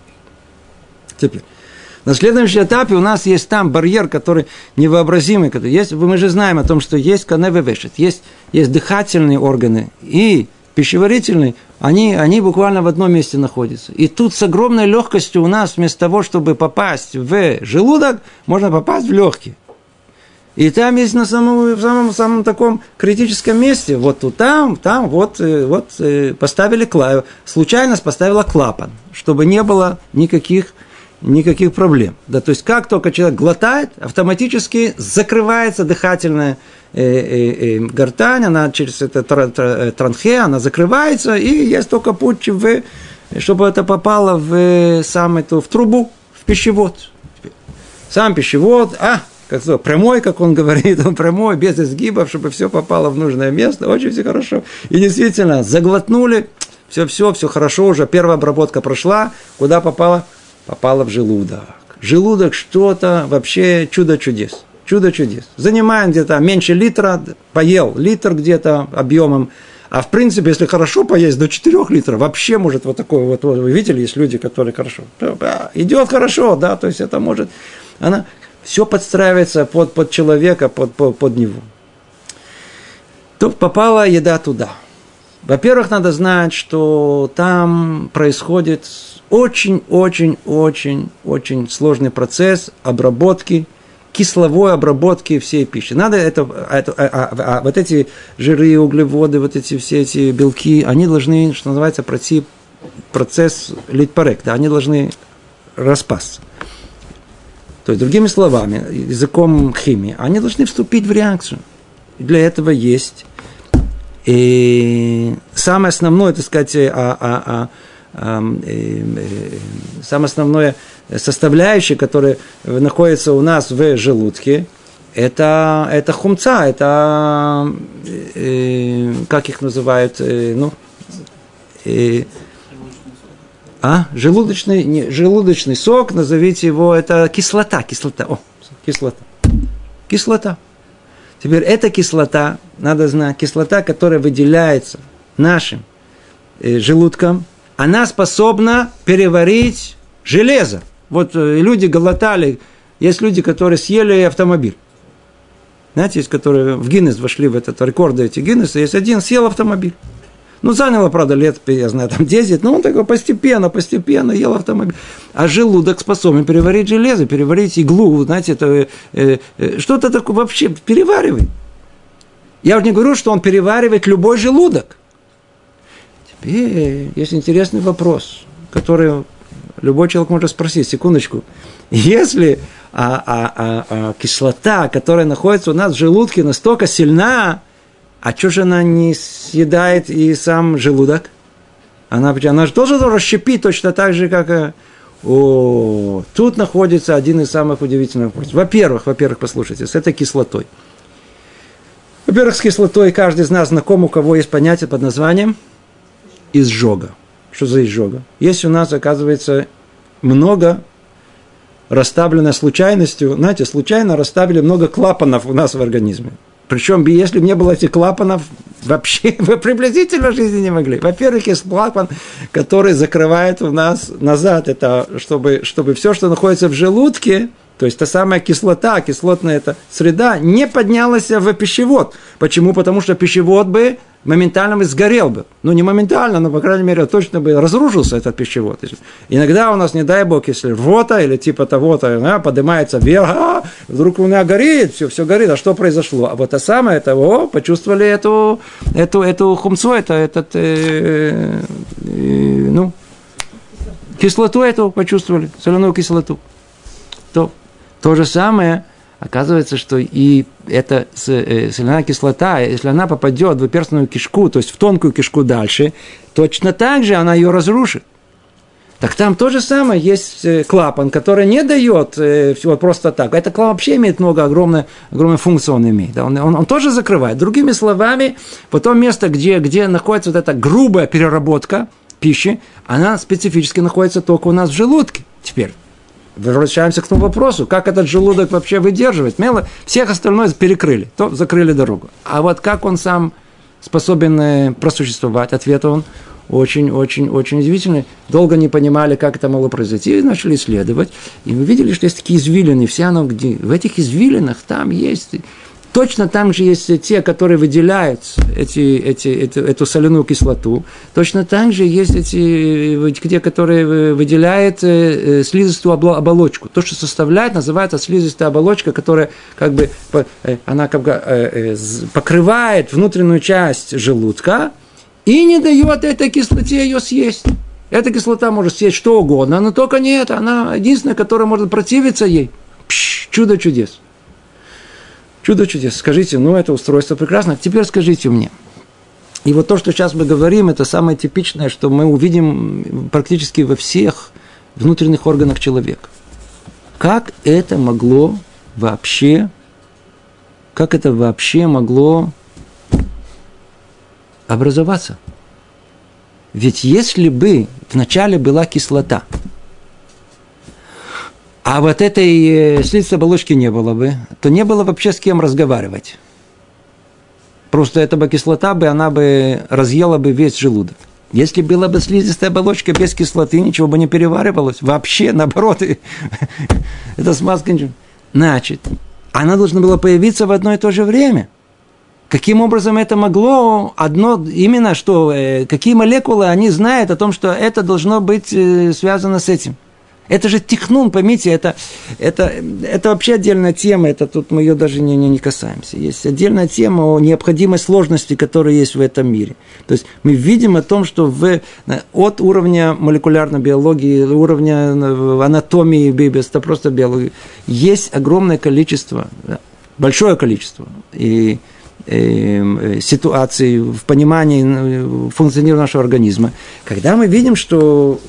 Теперь. На следующем этапе у нас есть там барьер, который невообразимый. Есть, мы же знаем о том, что есть каневевешет, есть, есть дыхательные органы и пищеварительные, они, они буквально в одном месте находятся. И тут с огромной легкостью у нас вместо того, чтобы попасть в желудок, можно попасть в легкие. И там есть на самом, в самом, самом таком критическом месте, вот тут, там, там, вот, вот поставили клапан, случайно поставила клапан, чтобы не было никаких, никаких проблем. Да, то есть, как только человек глотает, автоматически закрывается дыхательная э, э, э, гортань, она через это транхея, она закрывается, и есть только путь, в, чтобы это попало в, сам эту, в трубу, в пищевод. Сам пищевод, а, как то, прямой, как он говорит, он прямой, без изгибов, чтобы все попало в нужное место, очень все хорошо. И действительно, заглотнули, все-все, все хорошо, уже первая обработка прошла, куда попало? Попало в желудок. Желудок что-то вообще чудо-чудес. Чудо-чудес. Занимаем где-то меньше литра, поел литр где-то объемом. А в принципе, если хорошо поесть, до четырёх литров, вообще может вот такое вот, вы видели, есть люди, которые хорошо, идет хорошо, да, то есть это может, она, все подстраивается под, под человека, под, под, под него. Тут попала еда туда. Во-первых, надо знать, что там происходит очень-очень-очень-очень сложный процесс обработки, кисловой обработки всей пищи. Надо это, это а, а, а, вот эти жиры, углеводы, вот эти все эти белки, они должны, что называется, пройти процесс литпарек, да, они должны распасться. То есть, другими словами, языком химии, они должны вступить в реакцию. И для этого есть. И самое основное, так сказать, а, а, а, а, э, э, самое основное составляющее, которое находится у нас в желудке, это, это хумца, это, э, как их называют, э, ну, э, а, желудочный, не, желудочный сок, назовите его, это кислота, кислота, о, кислота, кислота. Теперь эта кислота, надо знать, кислота, которая выделяется нашим э, желудком, она способна переварить железо. Вот э, люди глотали, есть люди, которые съели автомобиль. Знаете, есть, которые в Гиннес вошли в этот рекорд эти Гиннеса, есть один съел автомобиль. Ну, заняло, правда, лет, я знаю, там десять, но он такой постепенно, постепенно ел автомобиль. А желудок способен переварить железо, переварить иглу, знаете, это э, э, что-то такое вообще переваривает. Я уже не говорю, что он переваривает любой желудок. Теперь есть интересный вопрос, который любой человек может спросить, секундочку. Если а, а, а, а, кислота, которая находится у нас в желудке, настолько сильна, а что же она не съедает и сам желудок? Она, она же тоже расщепит точно так же, как... О, тут находится один из самых удивительных вопросов. Во-первых, во-первых, послушайте, с этой кислотой. Во-первых, с кислотой каждый из нас знаком, у кого есть понятие под названием изжога. Что за изжога? Есть у нас, оказывается, много расставлено случайностью. Знаете, случайно расставили много клапанов у нас в организме. Причем, если бы не было этих клапанов, вообще вы приблизительно в жизни не могли. Во-первых, есть клапан, который закрывает у нас назад, это чтобы, чтобы все, что находится в желудке, то есть та самая кислота, кислотная эта среда, не поднялась в пищевод. Почему? Потому что пищевод бы моментально бы сгорел бы. Ну, не моментально, но, по крайней мере, точно бы разрушился этот пищевод. Иногда у нас, не дай бог, если рвота или типа того-то, да, поднимается вверх, а, вдруг у меня горит, все, все горит, а что произошло? А вот это самое, это, о, почувствовали эту, эту, эту хумцу, это, этот, э, э, ну, кислоту эту почувствовали, соляную кислоту. То, то же самое, оказывается, что и эта соляная кислота, если она попадет в перстную кишку, то есть в тонкую кишку дальше, точно так же она ее разрушит. Так там то же самое, есть клапан, который не дает вот просто так. Это клапан вообще имеет много, огромную, огромную функцию он имеет. Он, он, он тоже закрывает. Другими словами, потом место, где, где находится вот эта грубая переработка пищи, она специфически находится только у нас в желудке. Теперь возвращаемся к тому вопросу, как этот желудок вообще выдерживает. Мело, всех остальное перекрыли, то закрыли дорогу. А вот как он сам способен просуществовать? Ответ он очень-очень-очень удивительный. Долго не понимали, как это могло произойти, и начали исследовать. И мы видели, что есть такие извилины, все оно где. В этих извилинах там есть... Точно там же есть те, которые выделяют эти, эти, эту, эту соляную кислоту. Точно так же есть эти, те, которые выделяют слизистую оболочку. То, что составляет, называется слизистая оболочка, которая как бы, она как бы покрывает внутреннюю часть желудка и не дает этой кислоте ее съесть. Эта кислота может съесть что угодно, но только не это. Она единственная, которая может противиться ей. Пш, чудо чудес. Чудо чудес. Скажите, ну это устройство прекрасно. Теперь скажите мне. И вот то, что сейчас мы говорим, это самое типичное, что мы увидим практически во всех внутренних органах человека. Как это могло вообще, как это вообще могло образоваться? Ведь если бы вначале была кислота, а вот этой слизистой оболочки не было бы, то не было вообще с кем разговаривать. Просто эта бы кислота бы, она бы разъела бы весь желудок. Если была бы слизистая оболочка без кислоты, ничего бы не переваривалось. Вообще, наоборот, это смазка ничего. Значит, она должна была появиться в одно и то же время. Каким образом это могло? Одно, именно что, какие молекулы, они знают о том, что это должно быть связано с этим. Это же технун, поймите, это, это, это вообще отдельная тема, это тут мы ее даже не, не, не касаемся. Есть отдельная тема о необходимой сложности, которая есть в этом мире. То есть мы видим о том, что в, от уровня молекулярной биологии, уровня анатомии, это просто биологии, есть огромное количество, большое количество и, и, ситуаций в понимании функционирования нашего организма, когда мы видим, что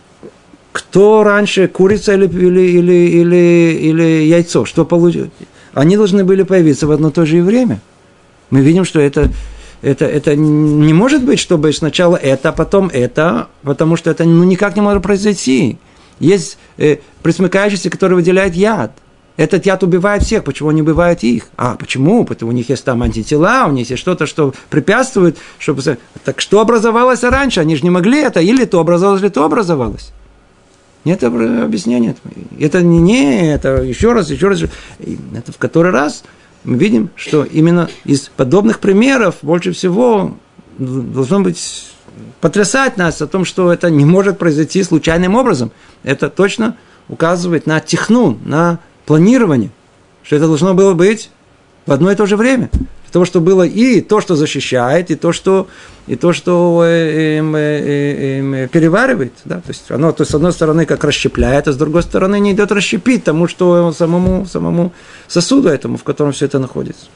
кто раньше, курица или, или, или, или, или яйцо? Что получилось? они должны были появиться в одно и то же время. Мы видим, что это, это, это не может быть, чтобы сначала это, а потом это, потому что это ну, никак не может произойти. Есть э, пресмыкающиеся, которые выделяют яд. Этот яд убивает всех. Почему он не убивает их? А, почему? Потому что у них есть там антитела, у них есть что-то, что препятствует. Чтобы... Так что образовалось раньше? Они же не могли это. Или то образовалось, или то образовалось. Нет объяснения. Это не, не это еще раз, еще раз. Это в который раз мы видим, что именно из подобных примеров больше всего должно быть потрясать нас о том, что это не может произойти случайным образом. Это точно указывает на технун, на планирование, что это должно было быть в одно и то же время. Для того, чтобы было и то, что защищает, и то, что, и то, что э, э, э, э, переваривает. Да? То есть оно, то есть, с одной стороны, как расщепляет, а с другой стороны, не идет расщепить тому, что самому, самому сосуду этому, в котором все это находится.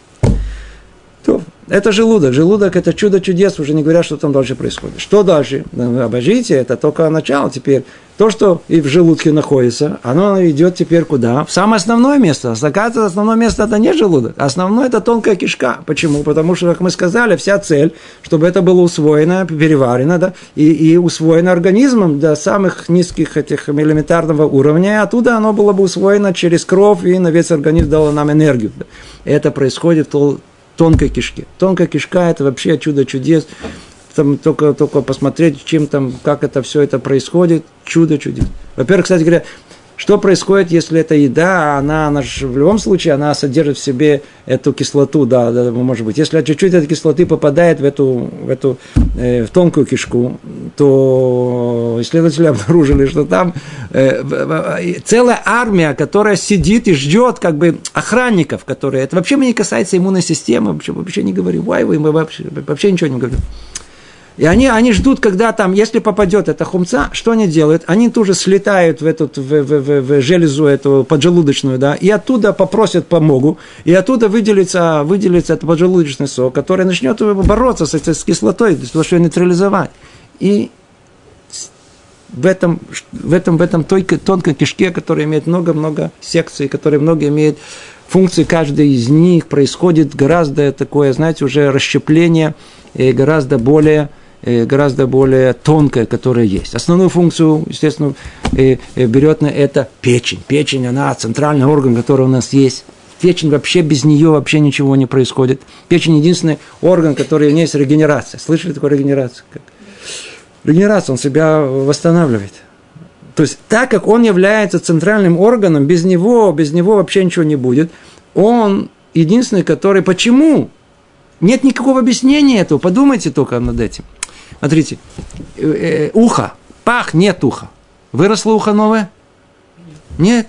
То, это желудок. Желудок – это чудо чудес, уже не говоря, что там дальше происходит. Что дальше? Обожите, это только начало. Теперь то, что и в желудке находится, оно идет теперь куда? В самое основное место. Оказывается, основное место – это не желудок. Основное – это тонкая кишка. Почему? Потому что, как мы сказали, вся цель, чтобы это было усвоено, переварено, да, и, и усвоено организмом до самых низких этих элементарного уровня, и оттуда оно было бы усвоено через кровь, и на весь организм дало нам энергию. Это происходит в тонкой кишке. Тонкая кишка – это вообще чудо чудес. Там только, только посмотреть, чем там, как это все это происходит. Чудо чудес. Во-первых, кстати говоря, что происходит, если эта еда, она, она же в любом случае, она содержит в себе эту кислоту, да, да, может быть. Если чуть-чуть этой кислоты попадает в эту, в эту э, в тонкую кишку, то исследователи обнаружили, что там э, целая армия, которая сидит и ждет как бы охранников, которые... Это вообще не касается иммунной системы, вообще, вообще не говорю. Вай, вы, мы вообще, вообще ничего не говорим. И они, они ждут, когда там, если попадет эта хумца, что они делают? Они тут же слетают в, эту, в, в, в, в железу эту поджелудочную, да, и оттуда попросят помогу, и оттуда выделится, выделится этот поджелудочный сок, который начнет бороться с, с кислотой, для того, чтобы ее нейтрализовать. И в этом, в этом, в этом тонкой, тонкой кишке, которая имеет много-много секций, которые много имеют функции, каждая из них происходит гораздо такое, знаете, уже расщепление, гораздо более... гораздо более тонкая, которая есть. Основную функцию, естественно, берет на это печень. Печень, она центральный орган, который у нас есть. Печень, вообще без нее вообще ничего не происходит. Печень единственный орган, который у нее есть регенерация. Слышали такую регенерацию? Регенерация, он себя восстанавливает. То есть, так как он является центральным органом, без него, без него вообще ничего не будет. Он единственный, который... Почему? Нет никакого объяснения этого. Подумайте только над этим. Смотрите, э, э, ухо, пах, нет уха. Выросло ухо новое? Нет.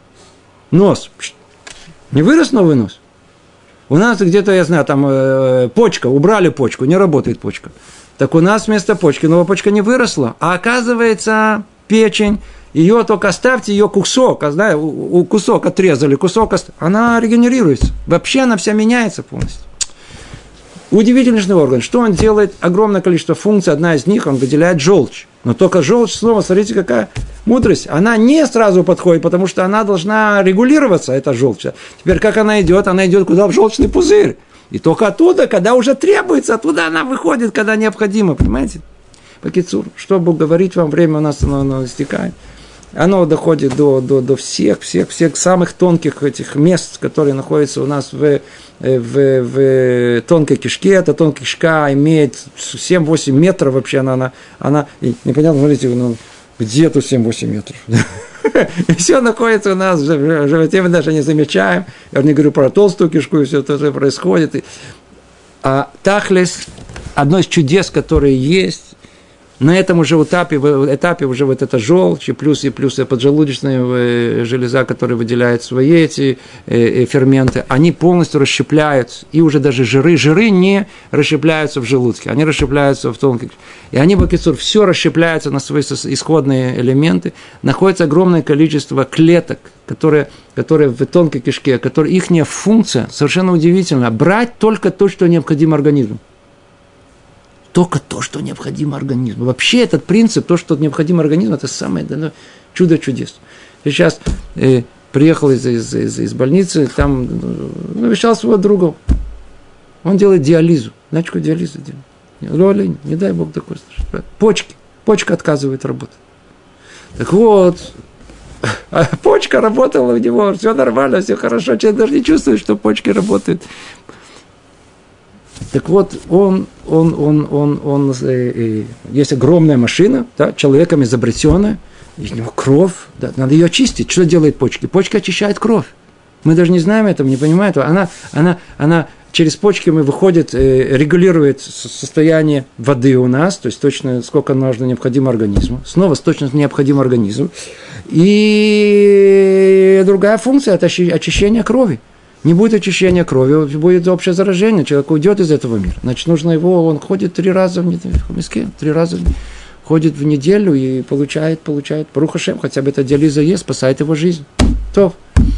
Нос. Не вырос новый нос? У нас где-то, я знаю, там э, почка, убрали почку, не работает почка. Так у нас вместо почки новая почка не выросла. А оказывается, печень, ее только оставьте, ее кусок, а, знаете, у, у кусок отрезали, кусок оставьте, она регенерируется. Вообще она вся меняется полностью. Удивительный орган. Что он делает? Огромное количество функций. Одна из них, он выделяет желчь. Но только желчь, снова, смотрите, какая мудрость. Она не сразу подходит, потому что она должна регулироваться, эта желчь. Теперь как она идет? Она идет куда? В желчный пузырь. И только оттуда, когда уже требуется, оттуда она выходит, когда необходимо. Понимаете? Покицур, что Бог говорит вам, время у нас оно, оно истекает. Оно доходит до, до, до всех, всех, всех самых тонких этих мест, которые находятся у нас в, в, в тонкой кишке. Эта тонкая кишка имеет семь-восемь метров вообще. Она, она, она непонятно, смотрите, ну, где тут семь-восемь метров? И все находится у нас в животе, мы даже не замечаем. Я не говорю про толстую кишку, и все это происходит. А тахлес, одно из чудес, которые есть, на этом уже этапе, этапе уже вот эта желчь, и плюс, и плюс и поджелудочная железа, которая выделяет свои эти э, ферменты, они полностью расщепляются, и уже даже жиры, жиры не расщепляются в желудке, они расщепляются в тонких, и они, бакицур, все расщепляются на свои исходные элементы, находится огромное количество клеток, которые, которые в тонкой кишке, которые, их функция совершенно удивительна, брать только то, что необходимо организму. Только то, что необходимо организму. Вообще этот принцип, то, что необходимо организму, это самое да, чудо чудес. Сейчас э, приехал из, из, из, из больницы, там навещал своего друга. Он делает диализу. Знаете, какую диализу делает? Роли, не дай Бог такой страшный. Почки. Почка отказывает работать. Так вот, а почка работала у него, все нормально, все хорошо, человек даже не чувствует, что почки работают. Так вот, он, он, он, он, он, э, э, есть огромная машина, да, человеком изобретенная, из него кровь, да, надо ее очистить. Что делает почки? Почка очищает кровь. Мы даже не знаем этого, не понимаем этого. Она, она, она через почки мы выходит, э, регулирует состояние воды у нас, то есть точно сколько нужно необходимо организму. Снова точно необходимо организму. И другая функция – это очищение крови. Не будет очищения крови, будет общее заражение, человек уйдет из этого мира. Значит, нужно его, он ходит три раза в неделю, в миске, три раза ходит в неделю и получает, получает, Барух Ашем, хотя бы эта диализа есть, спасает его жизнь. То.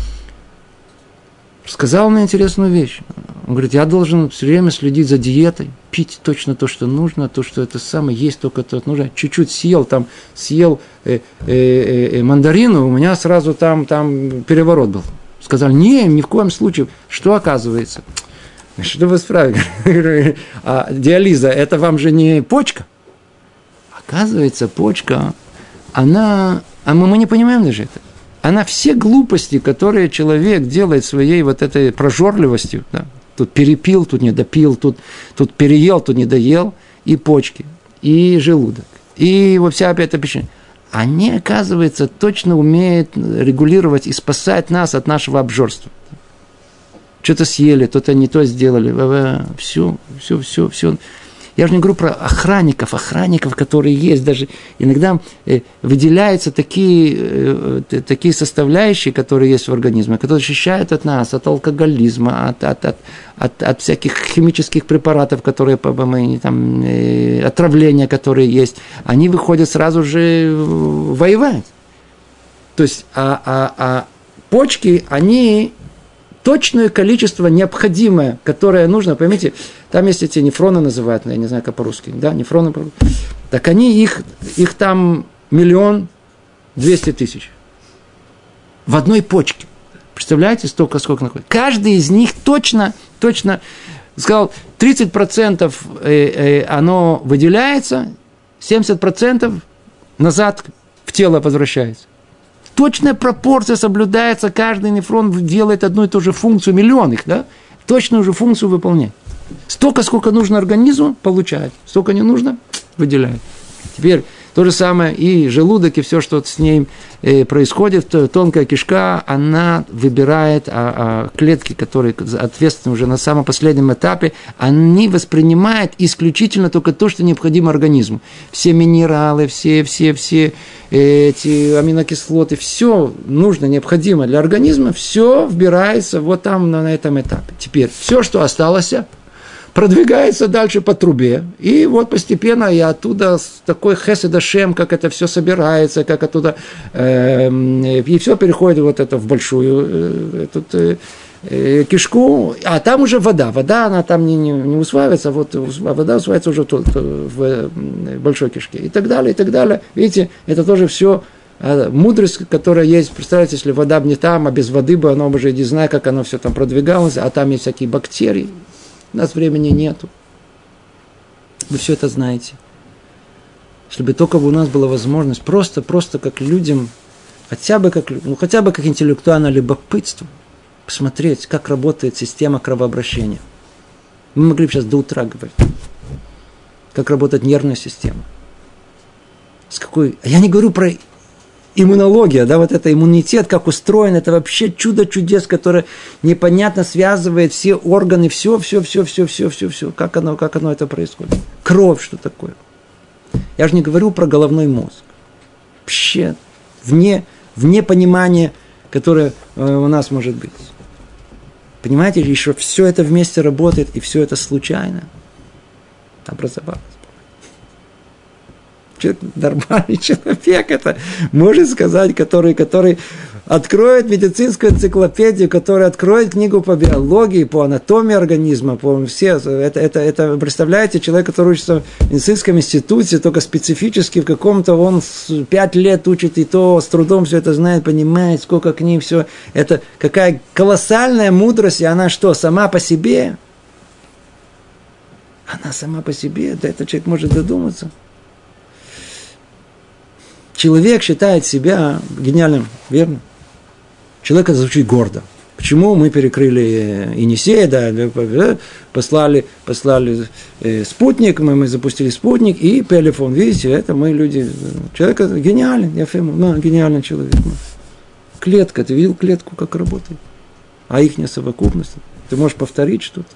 Сказал мне интересную вещь. Он говорит, я должен все время следить за диетой, пить точно то, что нужно, то, что это самое, есть только то, что нужно. Чуть-чуть съел, там, съел э, э, э, мандарину, у меня сразу там, там переворот был. Сказали, не, ни в коем случае. Что оказывается? Что вы спрашиваете? А диализа, это вам же не почка? Оказывается, почка, она, а мы, мы не понимаем даже это. Она все глупости, которые человек делает своей вот этой прожорливостью, да, тут перепил, тут не допил, тут, тут переел, тут не доел, и почки, и желудок, и вот вся опять эта печень. Они, оказывается, точно умеют регулировать и спасать нас от нашего обжорства. Что-то съели, что-то не то сделали. Все, все, все, все. Я же не говорю про охранников, охранников, которые есть. Даже иногда выделяются такие, такие составляющие, которые есть в организме, которые защищают от нас, от алкоголизма, от, от, от, от, от всяких химических препаратов, которые, там, отравления, которые есть. Они выходят сразу же воевать. То есть, а, а, а почки, они... точное количество необходимое, которое нужно, поймите, там есть эти нефроны называют, я не знаю, как по-русски, да, нефроны, так они, их, их там миллион двести тысяч в одной почке. Представляете, столько, сколько находится? Каждый из них точно, точно, сказал, тридцать процентов оно выделяется, семьдесят процентов назад в тело возвращается. Точная пропорция соблюдается, каждый нефрон делает одну и ту же функцию, миллион их, да? Точную же функцию выполняет. Столько, сколько нужно организму, получает. Столько не нужно, выделяет. Теперь то же самое и желудок, и все, что с ним э, происходит. Тонкая кишка, она выбирает а, а клетки, которые ответственны уже на самом последнем этапе, они воспринимают исключительно только то, что необходимо организму. Все минералы, все, все, все эти аминокислоты, все нужно, необходимо для организма, все вбирается вот там, на этом этапе. Теперь все, что осталось, продвигается дальше по трубе, и вот постепенно и оттуда такой хесед Ашем, как это все собирается, как оттуда, э, и все переходит вот это в большую э, тут, э, кишку, а там уже вода, вода, она там не, не, не усваивается, вот вода усваивается уже тут, в, в большой кишке, и так далее, и так далее. Видите, это тоже все мудрость, которая есть. Представляете, если вода бы не там, а без воды бы, оно уже не знаю, как оно все там продвигалось, а там есть всякие бактерии. У нас времени нету. Вы все это знаете. Если бы только бы у нас была возможность просто, просто как людям, хотя бы как, ну, хотя бы как интеллектуальное любопытство, посмотреть, как работает система кровообращения. Мы могли бы сейчас до утра говорить, как работает нервная система. С какой... Я не говорю про иммунология, да, вот это иммунитет, как устроен, это вообще чудо чудес, которое непонятно связывает все органы, все, все, все, все, все, все, все, как оно, как оно это происходит. Кровь, что такое. Я же не говорю про головной мозг. Вообще, вне, вне понимания, которое у нас может быть. Понимаете, еще все это вместе работает, и все это случайно образовалось. Человек, нормальный человек, это может сказать, который, который откроет медицинскую энциклопедию, которая откроет книгу по биологии, по анатомии организма, по все. Это, это, это, представляете, человек, который учится в медицинском институте, только специфически в каком-то, он пять лет учит, и то с трудом все это знает, понимает, сколько книг, все. Это какая колоссальная мудрость, и она что, сама по себе? Она сама по себе, да этот человек может додуматься. Человек считает себя гениальным, верно? Человек это звучит гордо. Почему мы перекрыли Енисей, да, послали, послали спутник, мы, мы запустили спутник и телефон. Видите, это мы люди. Человек это гениальный, я фему, ну, гениальный человек. Клетка, ты видел клетку, как работает? А их совокупность. Ты можешь повторить что-то.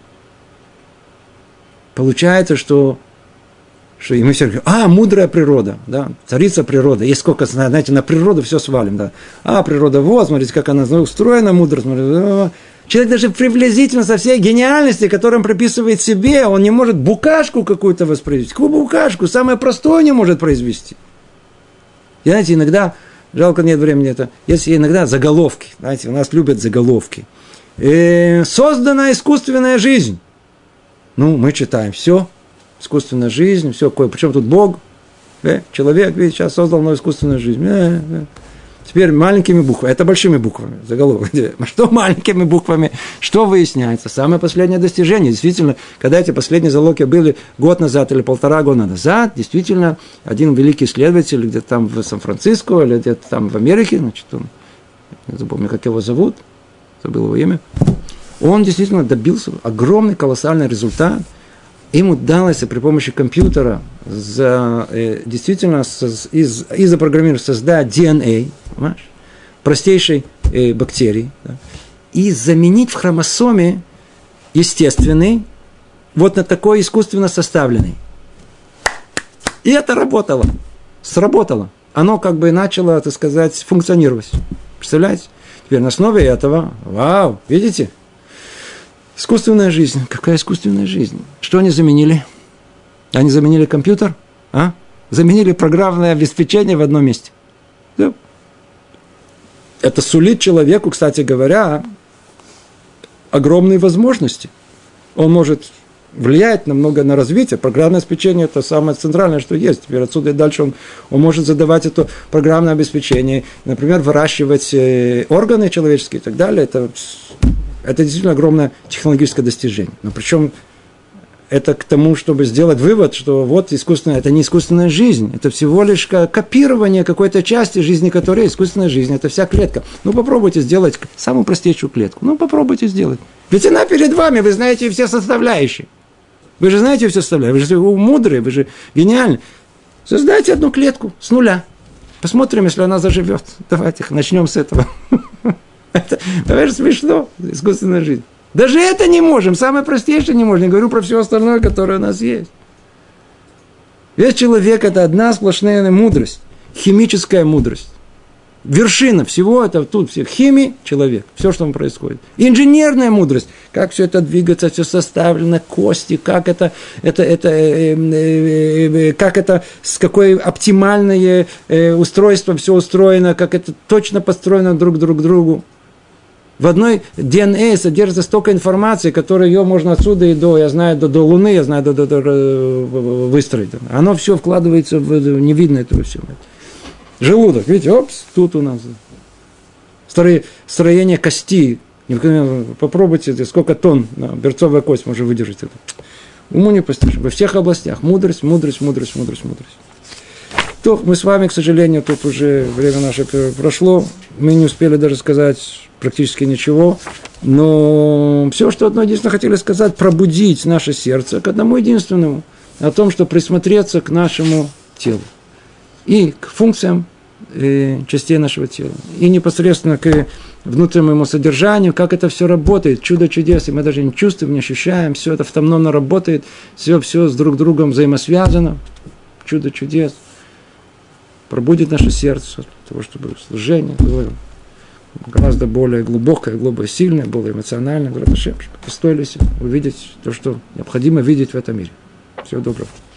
Получается, что Что, и мы все говорим, а, мудрая природа, да, царица природа. Есть сколько, знаете, на природу все свалим, да. А, природа, вот, смотрите, как она устроена, мудро, смотрите. Человек даже приблизительно со всей гениальности, которую он прописывает себе, он не может букашку какую-то воспроизвести. Какую букашку? Самое простое не может произвести. И, знаете, иногда, жалко нет времени это, есть иногда заголовки, знаете, у нас любят заголовки. Э, создана искусственная жизнь. Ну, мы читаем, все. Искусственная жизнь, все такое. Причем тут Бог, э, человек, видите, сейчас создал новую искусственную жизнь. Э, э. Теперь маленькими буквами, это большими буквами, заголовок. Что маленькими буквами, что выясняется? Самое последнее достижение. Действительно, когда эти последние залоги были год назад или полтора года назад, действительно, один великий исследователь где-то там в Сан-Франциско или где-то там в Америке, значит, он, не запомню, как его зовут, забыл его имя, он действительно добился огромный, колоссальный результат. Им удалось при помощи компьютера за, э, действительно соз, из, из запрограммировать создать ди эн эй, понимаешь, простейшей э, бактерии, да, и заменить в хромосоме естественный вот на такой искусственно составленный. И это работало. Сработало. Оно как бы начало, так сказать, функционировать. Представляете? Теперь на основе этого, вау, видите? Искусственная жизнь. Какая искусственная жизнь? Что они заменили? Они заменили компьютер? А? Заменили программное обеспечение в одном месте. Да. Это сулит человеку, кстати говоря, огромные возможности. Он может влиять намного на развитие. Программное обеспечение – это самое центральное, что есть. Теперь отсюда и дальше он, он может задавать это программное обеспечение, например, выращивать органы человеческие и так далее. Это... Это действительно огромное технологическое достижение. Но причем это к тому, чтобы сделать вывод, что вот искусственная, это не искусственная жизнь, это всего лишь копирование какой-то части жизни, которая искусственная жизнь, это вся клетка. Ну, попробуйте сделать самую простейшую клетку. Ну, попробуйте сделать. Ведь она перед вами, вы знаете все составляющие. Вы же знаете все составляющие, вы же мудрые, вы же гениальны. Создайте одну клетку с нуля. Посмотрим, если она заживет. Давайте начнем с этого. Это, понимаешь, смешно, искусственная жизнь. Даже это не можем, самое простейшее не можем. Не говорю про все остальное, которое у нас есть. Весь человек – это одна сплошная мудрость, химическая мудрость. Вершина всего – это тут все химия, человек, все, что там происходит. Инженерная мудрость, как все это двигается, все составлено, кости, как это, это, это, э, э, э, как это, с какое оптимальное э, устройство все устроено, как это точно построено друг друг к другу. В одной ди эн эй содержится столько информации, которую ее можно отсюда и до, я знаю, до, до Луны, я знаю, до, до, до, выстроить. Оно все вкладывается в, не видно этого всего. Желудок, видите, опс, тут у нас строение кости. Попробуйте, сколько тонн берцовая кость может выдержать это. Уму не постижим. Во всех областях. Мудрость, мудрость, мудрость, мудрость, мудрость. То мы с вами, к сожалению, тут уже время наше прошло. Мы не успели даже сказать практически ничего. Но все, что одно единственное хотели сказать, пробудить наше сердце к одному единственному. О том, что присмотреться к нашему телу. И к функциям э, частей нашего тела. И непосредственно к внутреннему содержанию, как это все работает. Чудо чудес. И мы даже не чувствуем, не ощущаем. Все это автономно работает. Все, все с друг другом взаимосвязано. Чудо чудес. Пробудит наше сердце для того, чтобы служение было гораздо более глубокое, глубокое, сильное, более эмоциональное. Достоились увидеть то, что необходимо видеть в этом мире. Всего доброго.